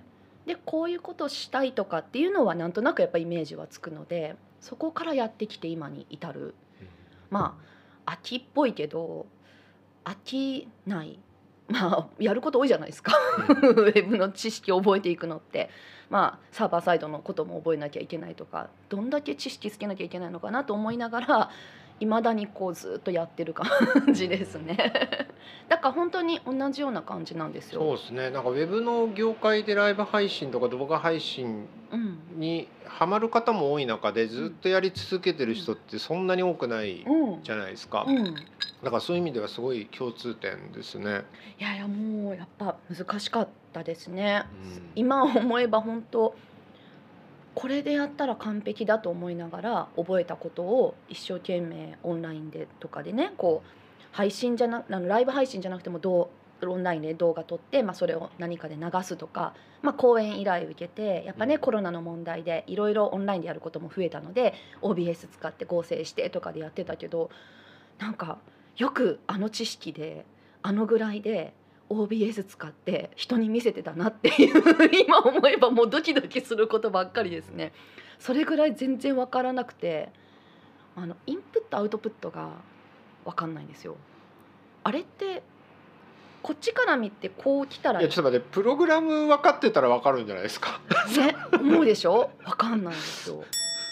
でこういうことをしたいとかっていうのはなんとなくやっぱイメージはつくので、そこからやってきて今に至る。秋っぽいけど飽きない、やること多いじゃないですかウェブの知識を覚えていくのって、サーバーサイドのことも覚えなきゃいけないとか、どんだけ知識つけなきゃいけないのかなと思いながらいまだにこうずっとやってる感じですねだから本当に同じような感じなんですよ。 そうですね。なんかウェブの業界でライブ配信とか動画配信にハマる方も多い中で、ずっとやり続けてる人ってそんなに多くないじゃないですか。だからそういう意味ではすごい共通点ですね。 いやもうやっぱ難しかったですね。今思えば本当これでやったら完璧だと思いながら覚えたことを一生懸命オンラインでとかでね、こう配信じゃなライブ配信じゃなくてもオンラインで動画撮って、それを何かで流すとか、講演依頼を受けて、やっぱねコロナの問題でいろいろオンラインでやることも増えたので OBS 使って合成してとかでやってたけど、なんかよく知識でぐらいで OBS 使って人に見せてたなっていう今思えばもうドキドキすることばっかりですね。それぐらい全然分からなくて、インプットアウトプットが分かんないんですよ。あれってこっちから見てこう来たら、 いやちょっと待って、プログラム分かってたら分かるんじゃないですかね、思うでしょ。分かんないんですよ。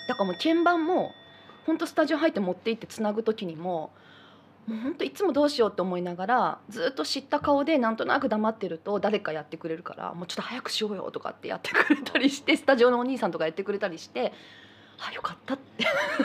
だからもう鍵盤も本当スタジオ入って持って行ってつなぐ時にもう本当いつもどうしようって思いながらずっと知った顔でなんとなく黙ってると誰かやってくれるからもうちょっと早くしようよとかってやってくれたりしてスタジオのお兄さんとかやってくれたりしてあよかったって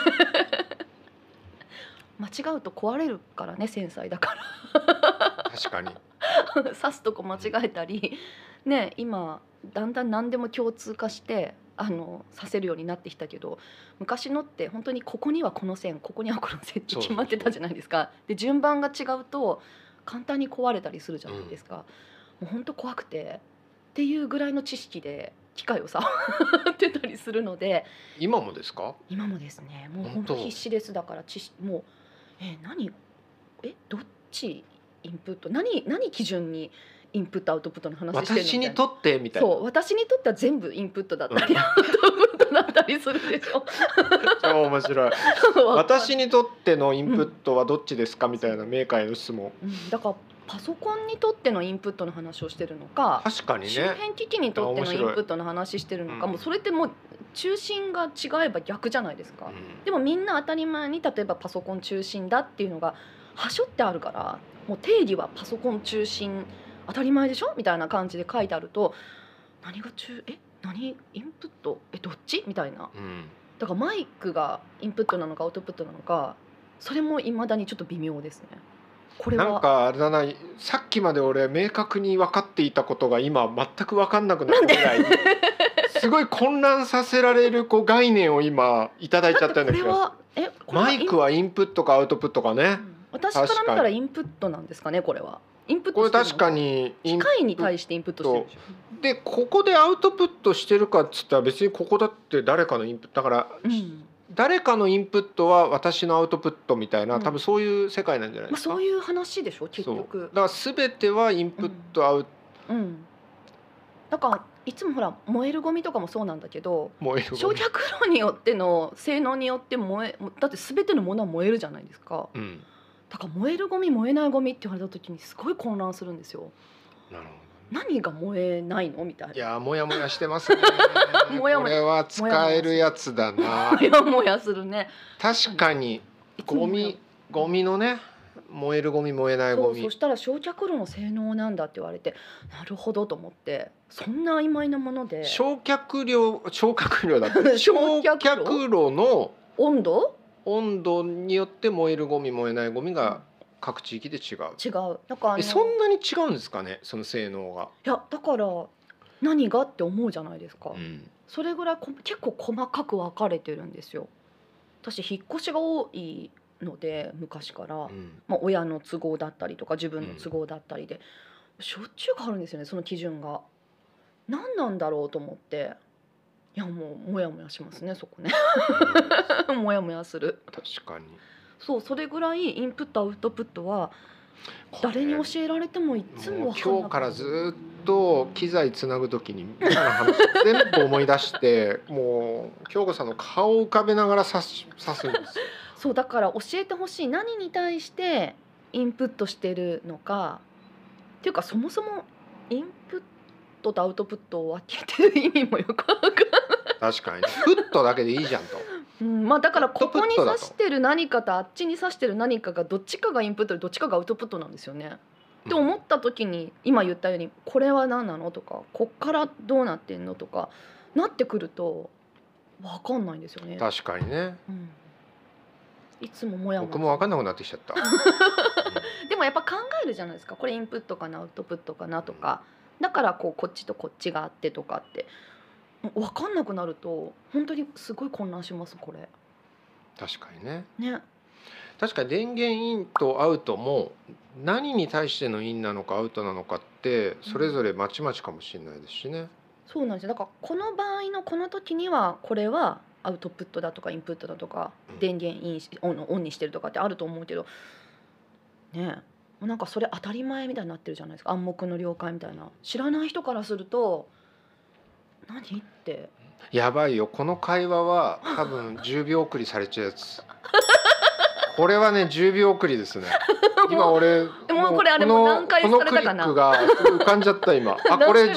間違うと壊れるからね繊細だから確かに刺すとこ間違えたりね今だんだん何でも共通化してさせるようになってきたけど昔のって本当にここにはこの線ここにはこの線って決まってたじゃないですか。で順番が違うと簡単に壊れたりするじゃないですか、もう本当怖くてっていうぐらいの知識で機械を触ってたりするので。 今もですか？ 今もですねもう本当必死です。だからもう何どっちインプット何基準にインプットアウトプットの話してるの私にとってみたいな。 そう私にとっては全部インプットだったり、アウトプットだったりするでしょ超面白い私にとってのインプットはどっちですかみたいなメーカーへの質問、 だからパソコンにとってのインプットの話をしてるのか確かにね周辺機器にとってのインプットの話してるのか、もうそれってもう中心が違えば逆じゃないですか、でもみんな当たり前に例えばパソコン中心だっていうのがはしょってあるからもう定義はパソコン中心当たり前でしょみたいな感じで書いてあると何が何インプットどっちみたいな、だからマイクがインプットなのかアウトプットなのかそれも未だにちょっと微妙ですね。これはなんかあれだな、さっきまで俺明確に分かっていたことが今全く分かんなくなるぐらいすごい混乱させられる概念を今いただいちゃったんですよ。マイクはインプットかアウトプットかね、 私から見たらインプットなんですかね。これはインプットこれ確かに機械に対してインプットしてるでしょ。 でここでアウトプットしてるかっつったら別にここだって誰かのインプットだから、誰かのインプットは私のアウトプットみたいな、多分そういう世界なんじゃないですか。 そういう話でしょ結局。 だから全てはインプット、アウト、 だからいつもほら燃えるゴミとかもそうなんだけど、 燃えるゴミ焼却炉によっての性能によってだって全てのものは燃えるじゃないですか、だから燃えるゴミ燃えないゴミって言われた時にすごい混乱するんですよ。 なるほど。 何が燃えないのみたいな。 いやモヤモヤしてますねもやもやこれは使えるやつだな。 もやもやするね。 確かにゴミのね、燃えるゴミ燃えないゴミ。 そしたら焼却炉の性能なんだって言われて、なるほどと思って、そんな曖昧なもので焼却量だって焼却炉の温度によって燃えるゴミ燃えないゴミが各地域で違う。 だからそんなに違うんですかね、その性能が。 いやだから何がって思うじゃないですか、それぐらい結構細かく分かれてるんですよ。私引っ越しが多いので昔から、親の都合だったりとか自分の都合だったりで、しょっちゅう変わるんですよね、その基準が。何なんだろうと思って、いやもうモヤモヤしますねそこねモヤモヤする。 確かにそれぐらいインプットアウトプットは誰に教えられてもいつも分かんなくなる。 今日からずっと機材つなぐときにみんなの話全部思い出してもう京子さんの顔を浮かべながら指すんですよ。 そうだから教えてほしい。何に対してインプットしてるのかっていうか、そもそもインプットとアウトプットを分けてる意味もよく分かんない。 確かにプットだけでいいじゃんと。 だからここに指してる何かとあっちに指してる何かがどっちかがインプットでどっちかがアウトプットなんですよね。って思った時に今言ったようにこれは何なのとかこっからどうなってんのとかなってくると分かんないんですよね。 確かにね、 いつももやもや。 僕も分かんなくなってきちゃったでもやっぱ考えるじゃないですか。これインプットかなアウトプットかなとか、だからこっちとこっちがあってとかって分かんなくなると本当にすごい混乱しますこれ。 確かにね。 確かに電源インとアウトも何に対してのインなのかアウトなのかってそれぞれまちまちかもしれないですしね。 そうなんですよ。だからこの場合のこの時にはこれはアウトプットだとかインプットだとか、電源インオンにしてるとかってあると思うけどね、なんかそれ当たり前みたいになってるじゃないですか。暗黙の了解みたいな。知らない人からすると何ってやばいよ。この会話は多分10秒送りされちゃうやつこれはね10秒送りですね。今俺もうこれあれもう何回されたかな。 このクリックが浮かんじゃった今。あこれ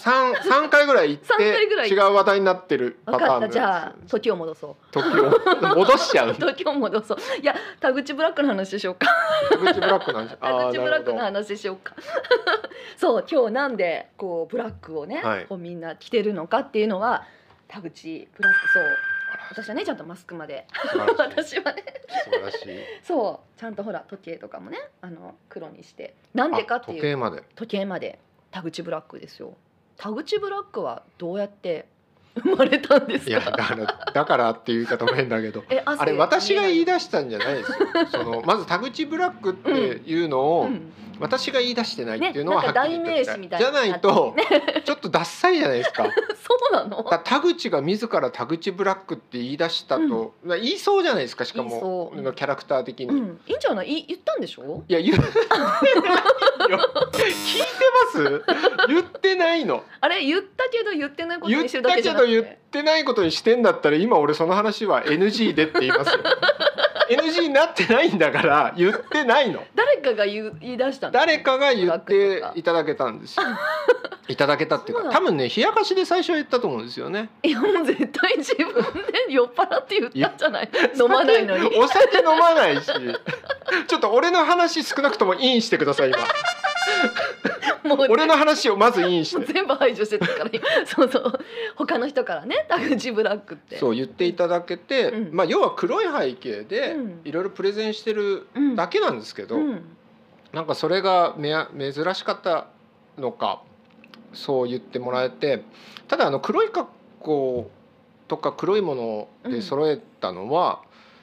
3回ぐらい行って違う話題になってるパターンです。 じゃあ時を戻そう。 時を戻しちゃう。 時を戻そう。いや田口ブラックの話しようか。 田口ブラックの話。 田口ブラックの話しようか。そう今日なんでこうブラックをね、こうみんな着てるのかっていうのは田口ブラックそう。私はねちゃんとマスクまで私はね素晴らしいそうちゃんとほら時計とかもね黒にしてなんでかっていう時計まで田口ブラックですよ。田口ブラックはどうやって生まれたんですか。 いやだからっていう言い方も変だけどあれ私が言い出したんじゃないですよ。そのまず田口ブラックっていうのを、私が言い出してないっていうのははっきり言っておきたい。じゃないとちょっとダッサいじゃないですか。 そうなの？ 田口が自ら田口ブラックって言い出したと、言いそうじゃないですか。しかもキャラクター的に、 いいんじゃない？言ったんでしょ？ いや言ってないよ。聞いてます？言ってないの。あれ言ったけど言ってないことにしてるだけじゃなくて。 言ってないことにしてんだったら今俺その話は NG でって言いますよ。NG になってないんだから言ってないの。 誰かが言い出したの。 誰かが言っていただけたんですよ。いただけたっていうか多分ね冷やかしで最初は言ったと思うんですよね。 いやもう絶対自分で酔っ払って言ったんじゃない。飲まないのに。 お酒飲まないし。ちょっと俺の話少なくともインしてください今。もう俺の話をまずインして全部排除してたからそう他の人からね田口ブラックってそう言っていただけて、要は黒い背景でいろいろプレゼンしてるだけなんですけど、なんかそれが珍しかったのかそう言ってもらえて、ただ黒い格好とか黒いもので揃えたのは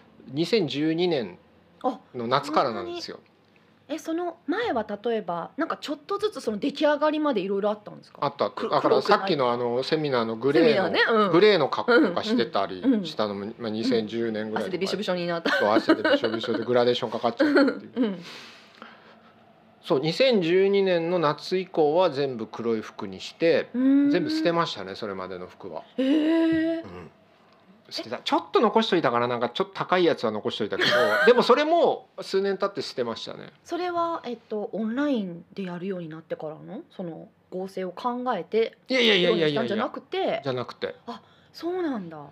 2012年の夏からなんですよ。 その前は例えばなんかちょっとずつその出来上がりまでいろいろあったんですか。 あった。だからさっきのセミナーのグレーの格好とかしてたりしたのも2010年ぐらい。 汗でびしょびしょになった。 そう汗でびしょびしょでグラデーションかかっちゃうっていう。そう2012年の夏以降は全部黒い服にして全部捨てましたね。それまでの服は。捨てた。ちょっと残しといたからなんかちょっと高いやつは残しといたけどでもそれも数年経って捨てましたね。 それはオンラインでやるようになってからのその合成を考えていやじゃなくてあそうなんだ。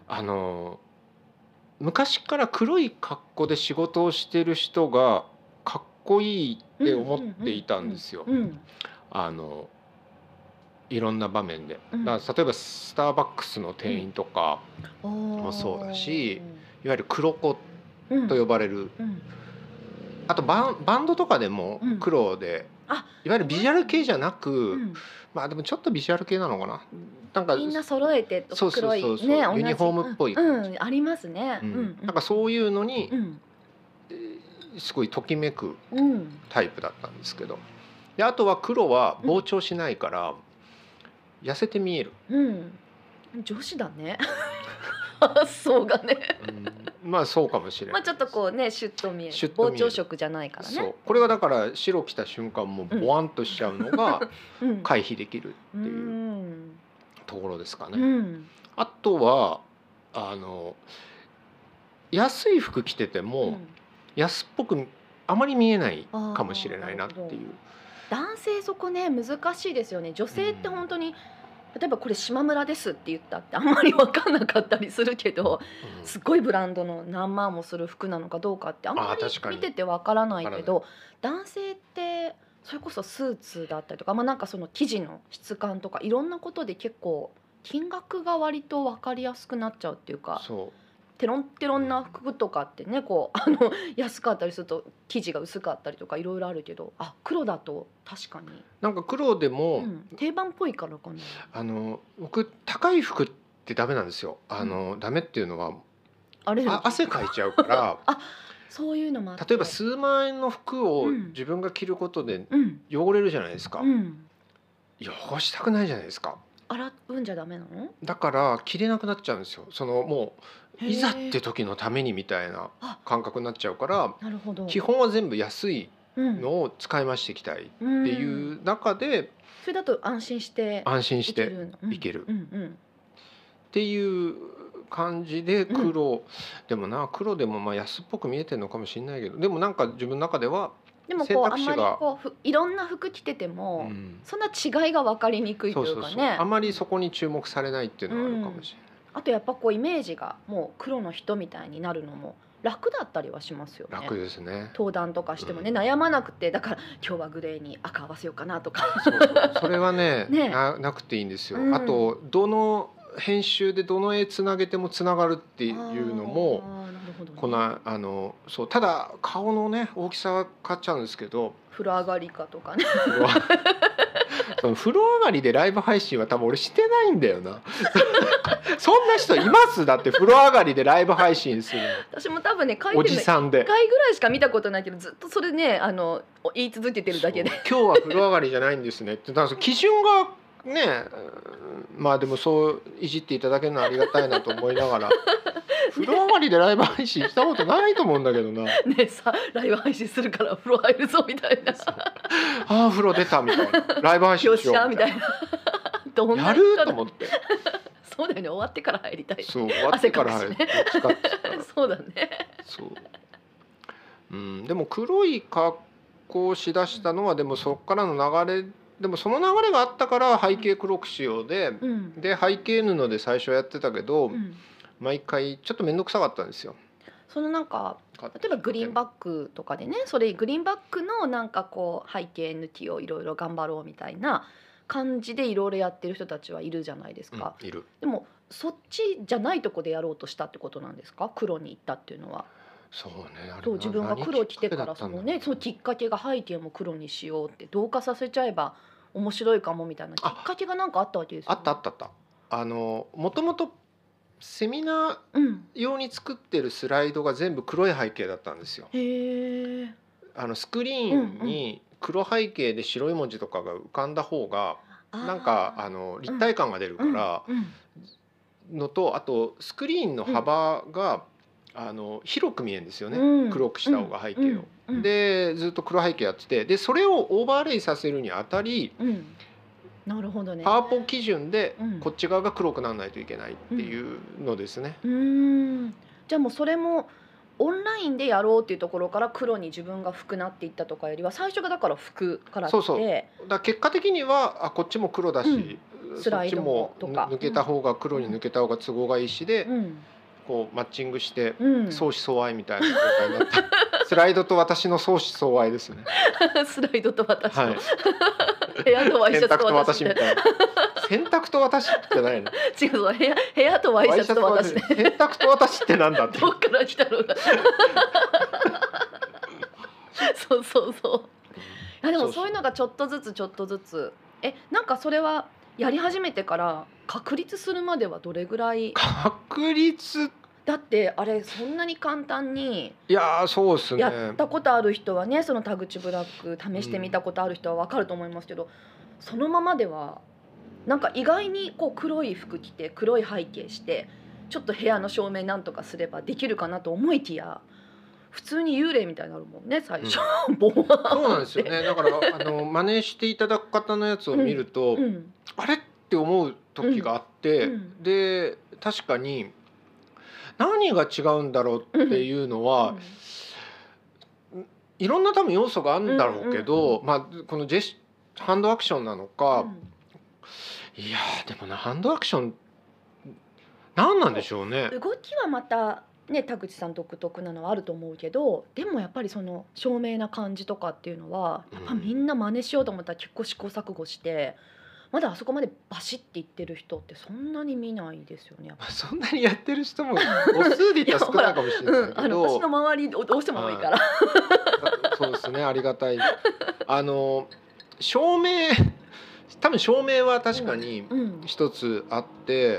昔から黒い格好で仕事をしてる人がかっこいいって思っていたんですよ。いろんな場面で、だから例えばスターバックスの店員とかもそうだし、いわゆる黒子と呼ばれる、あとバンドとかでも黒で、いわゆるビジュアル系じゃなく、でもちょっとビジュアル系なのかな。なんかみんな揃えて黒いねユニフォームっぽい感じ、 ありますね。 なんかそういうのにすごいときめくタイプだったんですけど、であとは黒は膨張しないから痩せて見える。 女子だね。発想がね。 まあそうかもしれない。 ちょっとこうねシュッと見える。膨張色じゃないからね。 そうこれはだから白着た瞬間もボワンとしちゃうのが回避できるっていうところですかね。あとは安い服着てても安っぽくあまり見えないかもしれないなっていう。 男性そこね難しいですよね。女性って本当に例えばこれ島村ですって言ったってあんまり分かんなかったりするけど、すごいブランドの何万もする服なのかどうかってあんまり見てて分からないけど、男性ってそれこそスーツだったりとか、なんかその生地の質感とかいろんなことで結構金額が割と分かりやすくなっちゃうっていうか。テロンテロンな服とかってねこう安かったりすると生地が薄かったりとかいろいろあるけど、黒だと確かになんか黒でも、 定番っぽいからかな。僕高い服ってダメなんですよ。ダメっていうのは汗かいちゃうからそういうのもあって、 例えば数万円の服を自分が着ることで汚れるじゃないですか。汚したくないじゃないですか。 洗うんじゃダメなの？ だから着れなくなっちゃうんですよ。もういざって時のためにみたいな感覚になっちゃうから、基本は全部安いのを使い回していきたいっていう中で、 それだと安心していけるっていう感じで黒、でもな黒でもまあ安っぽく見えてるのかもしれないけど、でもなんか自分の中ではでも選こうあんまり択肢が、 こういろんな服着てても、 うんそんな違いが分かりにくいというかね。 あまりそこに注目されないっていうのはあるかもしれない。 あとやっぱこうイメージがもう黒の人みたいになるのも楽だったりはしますよね。 楽ですね。 登壇とかしてもね、悩まなくて、だから今日はグレーに赤合わせようかなとか。 それはねねなくていいんですよ。あうんとどの編集でどの絵つなげてもつながるっていうのも、 あーなるほどねこのそうただ顔のね大きさは変わっちゃうんですけど、 風呂上がりかとかね。 その風呂上がりでライブ配信は多分俺してないんだよな。そんな人います？だって風呂上がりでライブ配信する私も多分ね書いおてるの1 じさんで。 回ぐらいしか見たことないけど、ずっとそれね言い続けてるだけで。 そう今日は風呂上がりじゃないんですねってだから基準がね、まあでもそういじっていただけるのはありがたいなと思いながら風呂上がりでライブ配信したことないと思うんだけどな。 ねさライブ配信するから風呂入るぞみたいな。 ああ風呂出たみたいなライブ配信よっししようゃみたいな。どんなやると思ってそうだよね、終わってから入りたい。 そう終わってから汗かくしね使ってたからそうだね。 そう、でも黒い格好をしだしたのはでもそこからの流れでもその流れがあったから背景黒くしようで、で背景布で最初やってたけど、毎回ちょっと面倒くさかったんですよ。 そのなんか例えばグリーンバックとかでね、それグリーンバックのなんかこう背景抜きをいろいろ頑張ろうみたいな感じでいろいろやってる人たちはいるじゃないですか。 いる。 でもそっちじゃないとこでやろうとしたってことなんですか？黒に行ったっていうのは。 そうね。 そう自分が黒着てからそのね、そのきっかけが背景も黒にしようって同化させちゃえば面白いかもみたいなきっかけがなんかあったわけですよね。 あった。もともとセミナー用に作ってるスライドが全部黒い背景だったんですよ。 へえ。 スクリーンに黒背景で白い文字とかが浮かんだ方がなんか立体感が出るからのと、あとスクリーンの幅が広く見えるんですよね、黒くした方が背景を。でずっと黒背景やってて、でそれをオーバーレイさせるにあたり、 なるほどね。 パワポ基準でこっち側が黒くならないといけないっていうのですね。 じゃあもうそれもオンラインでやろうっていうところから黒に自分が服なっていったとかよりは、最初がだから服からって。 そうだ結果的にはこっちも黒だし、そっちも抜けた方が黒に抜けた方が都合がいいしで、こうマッチングして相思相愛みたいな状態になったスライドと私の相思相愛ですね。 スライドと私と、部屋とワイシャツと私みたいな。 洗濯と私ってないの？ 違うぞ、部屋とワイシャツと私ね。 洗濯と私ってなんだって。 どっから来たのか。そう。いやでもそういうのがちょっとずつなんかそれはやり始めてから確立するまではどれぐらい？ 確立だってあれそんなに簡単にそうですね。 やったことある人はね、その田口ブラック試してみたことある人は分かると思いますけど、そのままではなんか意外にこう黒い服着て黒い背景してちょっと部屋の照明なんとかすればできるかなと思いきや、普通に幽霊みたいになるもんね最初。 そうなんですよね。だから真似していただく方のやつを見ると、あれって思う時があって、で確かに何が違うんだろうっていうのは、いろんな多分要素があるんだろうけど、このハンドアクションなのか、いやでもハンドアクション何なんでしょうね。 動きはまたね田口さん独特なのはあると思うけど、でもやっぱりその照明な感じとかっていうのはやっぱみんな真似しようと思ったら結構試行錯誤して、まだあそこまでバシッていってる人ってそんなに見ないですよね。 そんなにやってる人も母数で言ったら少ないかもしれないけど、 私の周りどうしても多いから。 そうですね、ありがたい。照明多分照明は確かに一つあって、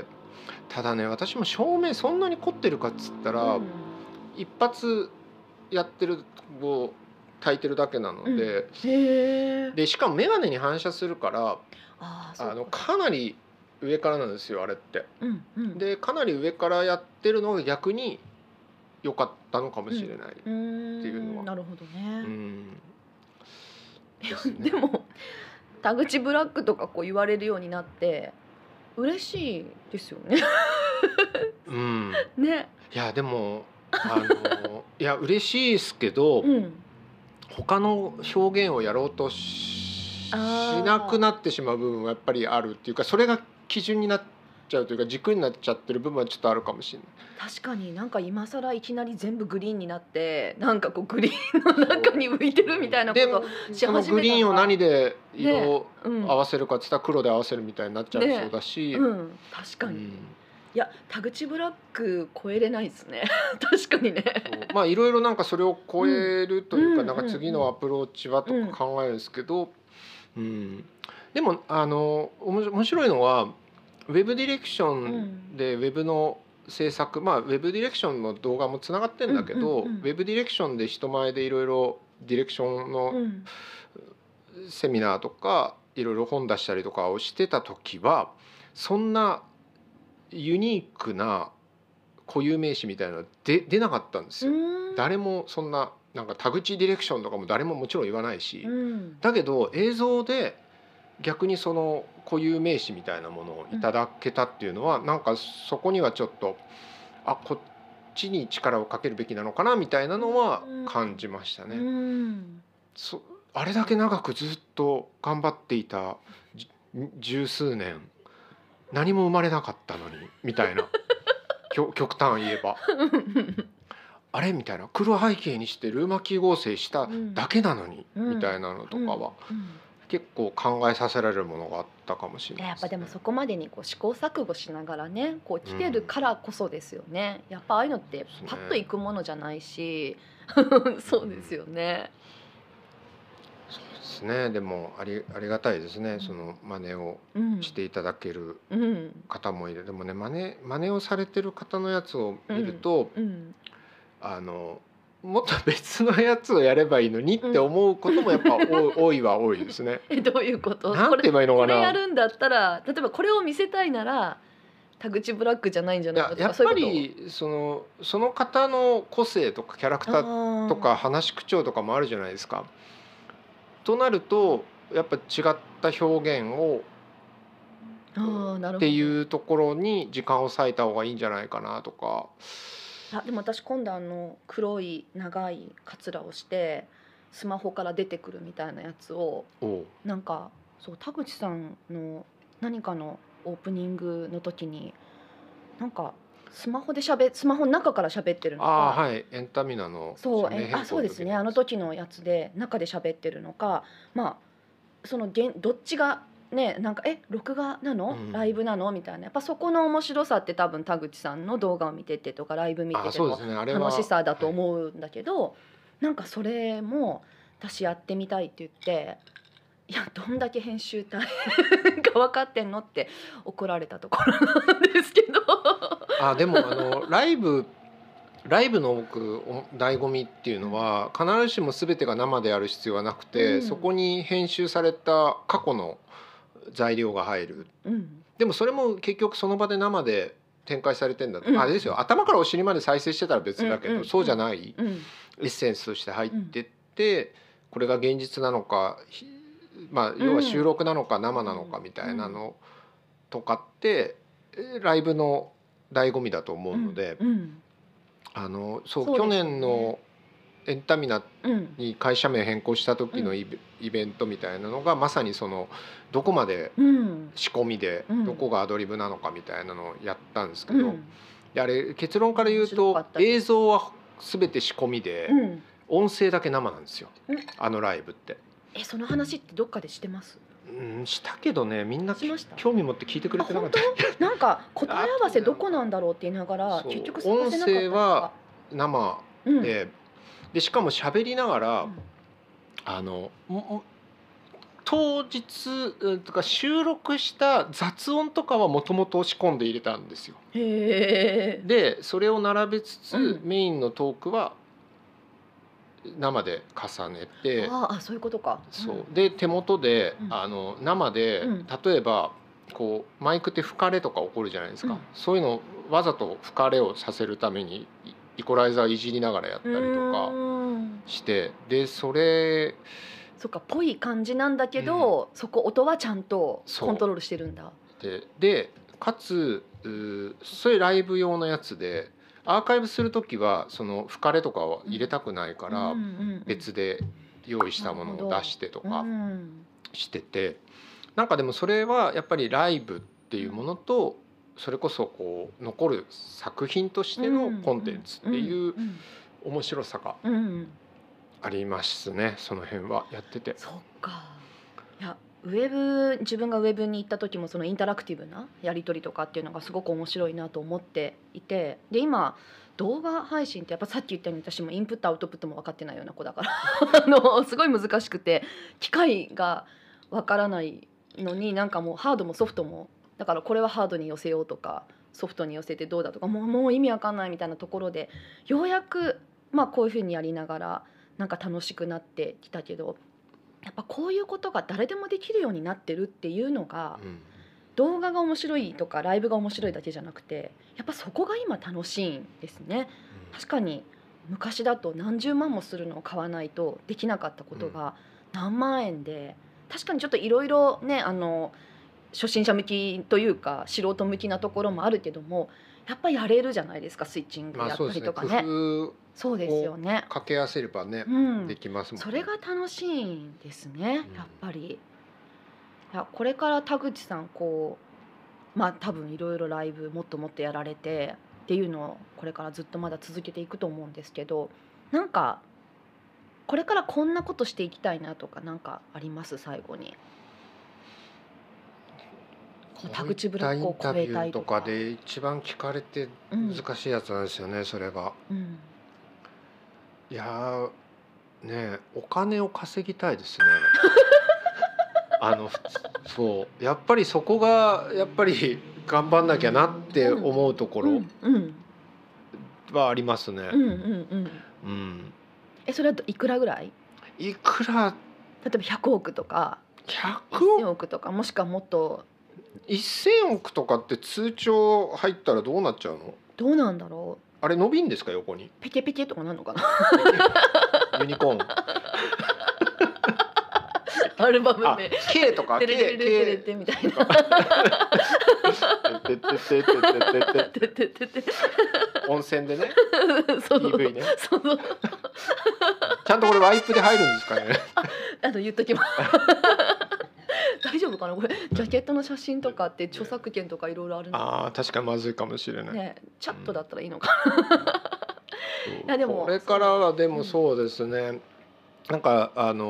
ただね私も照明そんなに凝ってるかっつったら、一発やってるを焚いてるだけなので、でしかも眼鏡に反射するからかなり上からなんですよあれって。でかなり上からやってるのが逆に良かったのかもしれないっていうのは。 なるほどね。でも田口ブラックとかこう言われるようになって嬉しいですよね。 ね。 いやでもいや嬉しいですけど、他の表現をやろうとしなくなってしまう部分はやっぱりあるっていうか、それが基準になっちゃうというか軸になっちゃってる部分はちょっとあるかもしれない。 確かになんか今更いきなり全部グリーンになってなんかこうグリーンの中に浮いてるみたいなことし始めたのが、 そのグリーンを何で色を合わせるかって言ったら黒で合わせるみたいになっちゃいそうだし、 確かに、いや田口ブラック超えれないですね確かにね。 まあいろいろなんかそれを超えるというか、なんか次のアプローチはとか考えるんですけど、でも面白いのはウェブディレクションでウェブの制作、まあウェブディレクションの動画もつながってるんだけど、ウェブディレクションで人前でいろいろディレクションのセミナーとかいろいろ本出したりとかをしてた時はそんなユニークな固有名詞みたいなの出なかったんですよ。誰もそんななんか田口ディレクションとかも誰ももちろん言わないし、だけど映像で逆にその固有名詞みたいなものをいただけたっていうのは、なんかそこにはちょっとこっちに力をかけるべきなのかなみたいなのは感じましたね。あれだけ長くずっと頑張っていた十数年何も生まれなかったのにみたいな極端言えばあれみたいな、黒背景にしてルーマキー合成しただけなのにみたいなのとかは結構考えさせられるものがあったかもしれないですね。 やっぱでもそこまでにこう試行錯誤しながらねこう来てるからこそですよね。やっぱああいうのってパッといくものじゃないしそうですよね。 そうですね。でもありがたいですね。その真似をしていただける方もいる。でもね真似をされてる方のやつを見ると、もっと別のやつをやればいいのにって思うこともやっぱ多いは多いですね。 どういうこと？ なんて言えばいいのかな。 これやるんだったら例えばこれを見せたいなら田口ブラックじゃないんじゃないかとか、 やっぱりその方の個性とかキャラクターとか話し口調とかもあるじゃないですか。となるとやっぱ違った表現をっていうところに時間を割いた方がいいんじゃないかなとか。 でも私今度黒い長いカツラをしてスマホから出てくるみたいなやつをなんかそう田口さんの何かのオープニングの時になんかスマホの中から喋ってるのか、 はい、エンタミナのそうですね、あの時のやつで中で喋ってるのか、まあそのどっちがね、なんか録画なの、ライブなのみたいな、やっぱそこの面白さって多分田口さんの動画を見ててとかライブ見てての楽しさだと思うんだけど、なんかそれも私やってみたいって言って、いやどんだけ編集大変か分かってんのって怒られたところなんですけどでもライブの僕醍醐味っていうのは必ずしも全てが生でやる必要はなくて、そこに編集された過去の材料が入る、でもそれも結局その場で生で展開されてんだと、あれですよ、頭からお尻まで再生してたら別だけど、そうじゃないエッセンスとして入ってって、これが現実なのか、要は収録なのか生なのかみたいなのとかってライブの醍醐味だと思うので、去年のエンタミナに会社名変更した時のイベントみたいなのがまさにそのどこまで仕込みでどこがアドリブなのかみたいなのをやったんですけど、あれ結論から言うと映像は全て仕込みで音声だけ生なんですよ、ライブって。 その話ってどっかでしてます？ したけどね、みんな興味持って聞いてくれてなかった。 なんか答え合わせどこなんだろうって言いながら結局音声は生で、しかも喋りながら、当日とか収録した雑音とかはもともと仕込んで入れたんですよ。でそれを並べつつ、メインのトークは生で重ねて、 そういうことか。 そうで手元で、生で、例えばこうマイクって吹かれとか起こるじゃないですか、そういうのをわざと吹かれをさせるためにイコライザーいじりながらやったりとかして、でそっかぽい感じなんだけど、そこ音はちゃんとコントロールしてるんだ。 でかつそれライブ用のやつで、 アーカイブする時はそのフカレとかを入れたくないから別で用意したものを出してとかしてて、なんかでもそれはやっぱりライブっていうものとそれこそこう残る作品としてのコンテンツっていう面白さがありますね、その辺はやってて。 そっか。いや自分がウェブに行った時もそのインタラクティブなやり取りとかっていうのがすごく面白いなと思っていて、で今動画配信ってやっぱさっき言ったように私もインプットアウトプットも分かってないような子だからすごい難しくて機械が分からないのに、なんかもうハードもソフトもだからこれはハードに寄せようとかソフトに寄せてどうだとかもう意味わかんないみたいなところでようやくこういうふうにやりながらなんか楽しくなってきたけど、やっぱこういうことが誰でもできるようになってるっていうのが、動画が面白いとかライブが面白いだけじゃなくてやっぱそこが今楽しいんですね。確かに昔だと何十万もするのを買わないとできなかったことが何万円で、確かにちょっといろいろね初心者向きというか素人向きなところもあるけどもやっぱりやれるじゃないですか、スイッチングやったりとかね。そうですよね。 掛け合わせればね、できますもんね。 それが楽しいんですね、やっぱり。いやこれから田口さんこう多分いろいろライブもっともっとやられてっていうのをこれからずっとまだ続けていくと思うんですけど、なんかこれからこんなことしていきたいなとかなんかあります？最後に。田口ブロックを超えたいとか。 インタビューとかで一番聞かれて難しいやつなんですよね、それが。いやね、お金を稼ぎたいですね。そうやっぱりそこがやっぱり頑張んなきゃなって思うところはありますね。 それはいくらぐらい？ いくら？ 例えば100億とか1000億とか、もしくはもっと。 1000億とかって通帳入ったらどうなっちゃうの？ どうなんだろう。 あれ伸びんですか、横に？ ペケペケとかなんのかな。 ユニコーン。 アルバムで K とかテレテレテレテみたいな。 温泉でね。 そう PV ね。 そう。 ちゃんとこれワイプで入るんですかね。 言っときます。大丈夫かな、これジャケットの写真とかって著作権とかいろいろあるの。 確かにまずいかもしれない、 チャットだったらいいのかな。でもこれからはでもそうですね、なんか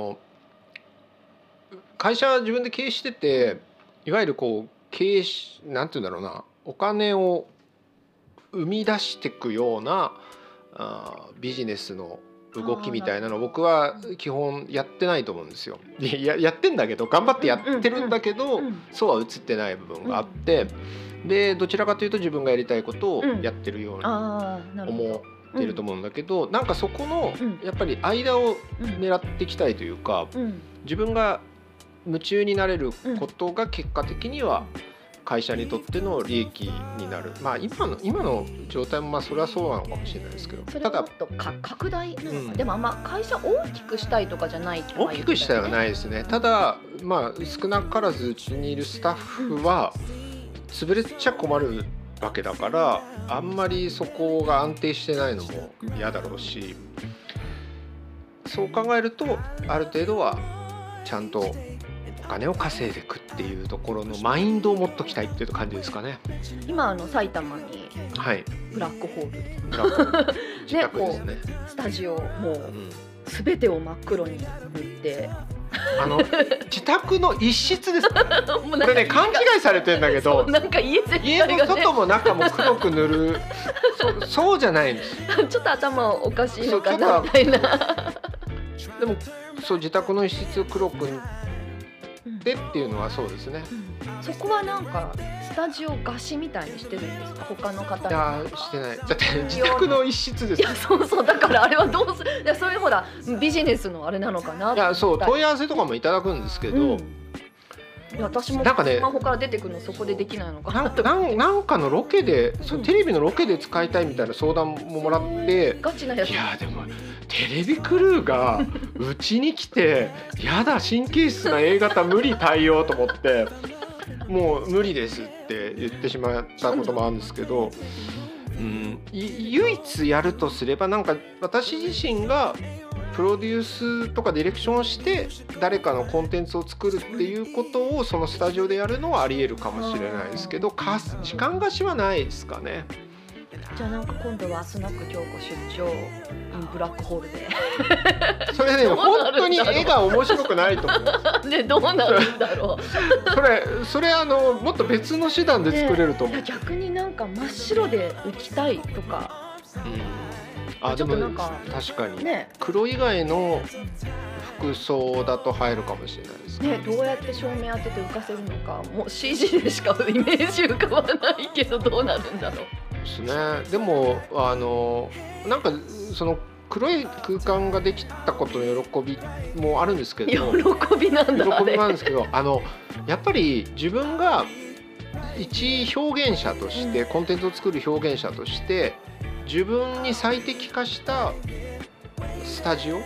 会社自分で経営してて、いわゆるこう経営なんていうんだろうな、お金を生み出していくようなビジネスの動きみたいなの僕は基本やってないと思うんですよ。やってんだけど、頑張ってやってるんだけど、そうは映ってない部分があって、でどちらかというと自分がやりたいことをやってるように思ってると思うんだけど、なんかそこのやっぱり間を狙っていきたいというか、自分が夢中になれることが結果的には会社にとっての利益になる。今の状態もそれはそうなのかもしれないですけど、 それはもっと拡大なのか、でも会社大きくしたいとかじゃないと大きくしたいはないですね。ただ少なからずうちにいるスタッフは潰れちゃ困るわけだから、あんまりそこが安定してないのも嫌だろうし、そう考えるとある程度はちゃんとお金を稼いでいくっていうところのマインドを持っときたいっていう感じですかね。 今埼玉にブラックホール、 自宅ですね。 スタジオもう全てを真っ黒に塗って自宅の一室ですかね。これね、勘違いされてんだけど、 なんか家の外も中も黒く塗るそうじゃないんです。 ちょっと頭おかしいのかなみたいな。 でも自宅の一室を黒くでっていうのはそうですね、 そこはなんかスタジオ貸しみたいにしてるんですか、他の方に。 いやしてない。だって自宅の一室です。 いやそうだからあれはどうする。いやそういうほらビジネスのあれなのかな。 いや問い合わせとかもいただくんですけど、 いや私もなんかね、 スマホから出てくるのそこでできないのかなとか。 なんかのロケでテレビのロケで使いたいみたいな相談ももらって、 ガチなやつ。 いやでもテレビクルーがうちに来てやだ神経質な A 型無理対応と思ってもう無理ですって言ってしまったこともあるんですけど、 唯一やるとすれば、なんか私自身がプロデュースとかディレクションして誰かのコンテンツを作るっていうことをそのスタジオでやるのはありえるかもしれないですけど、時間貸しはないですかね。 じゃあなんか今度はスナック京子出張 in ブラックホールでそれね本当に絵が面白くないと思うね、どうなるんだろうそれもっと別の手段で作れると思う、 ね、逆になんか真っ白で浮きたいとか、 でも確かに、ね、黒以外の服装だと入るかもしれないですね。 どうやって照明当てて浮かせるのか、もう CG でしかイメージ浮かばないけどどうなるんだろうですね。でもなんかその黒い空間ができたことの喜びもあるんですけど、 喜びなんだ、 喜びなんですけど、やっぱり自分が一表現者として、コンテンツを作る表現者として自分に最適化したスタジオ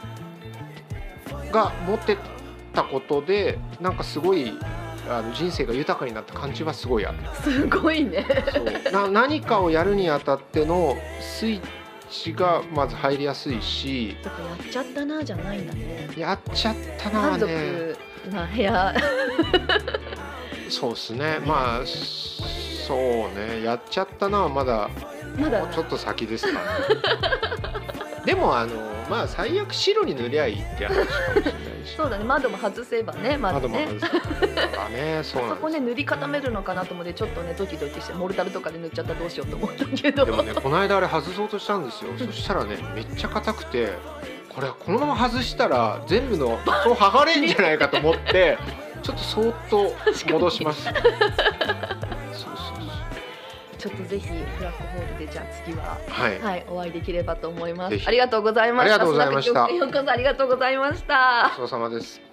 が持ってったことで、なんかすごい人生が豊かになった感じはすごいある。 すごいね。 何かをやるにあたってのスイッチがまず入りやすいし、 やっちゃったなじゃないんだね。 やっちゃったな満足な部屋そうですね。まあそうね、やっちゃったなはまだもうちょっと先ですかねでもまあ最悪白に塗りゃいいって話かもしれないしそうだね、窓も外せばね、窓も外せばねそうなんです。 そこね塗り固めるのかなと思ってちょっとねドキドキして、モルタルとかで塗っちゃったらどうしようと思ったけど、 でもねこの間あれ外そうとしたんですよそしたらねめっちゃ硬くて、これこのまま外したら全部のそう剥がれんじゃないかと思ってちょっとそーっと戻しますちょっとぜひブラックホールでじゃあ次は、 はい、 お会いできればと思います。ありがとうございました。 ありがとうございました。 ようこそありがとうございました。 ごちそうさまです。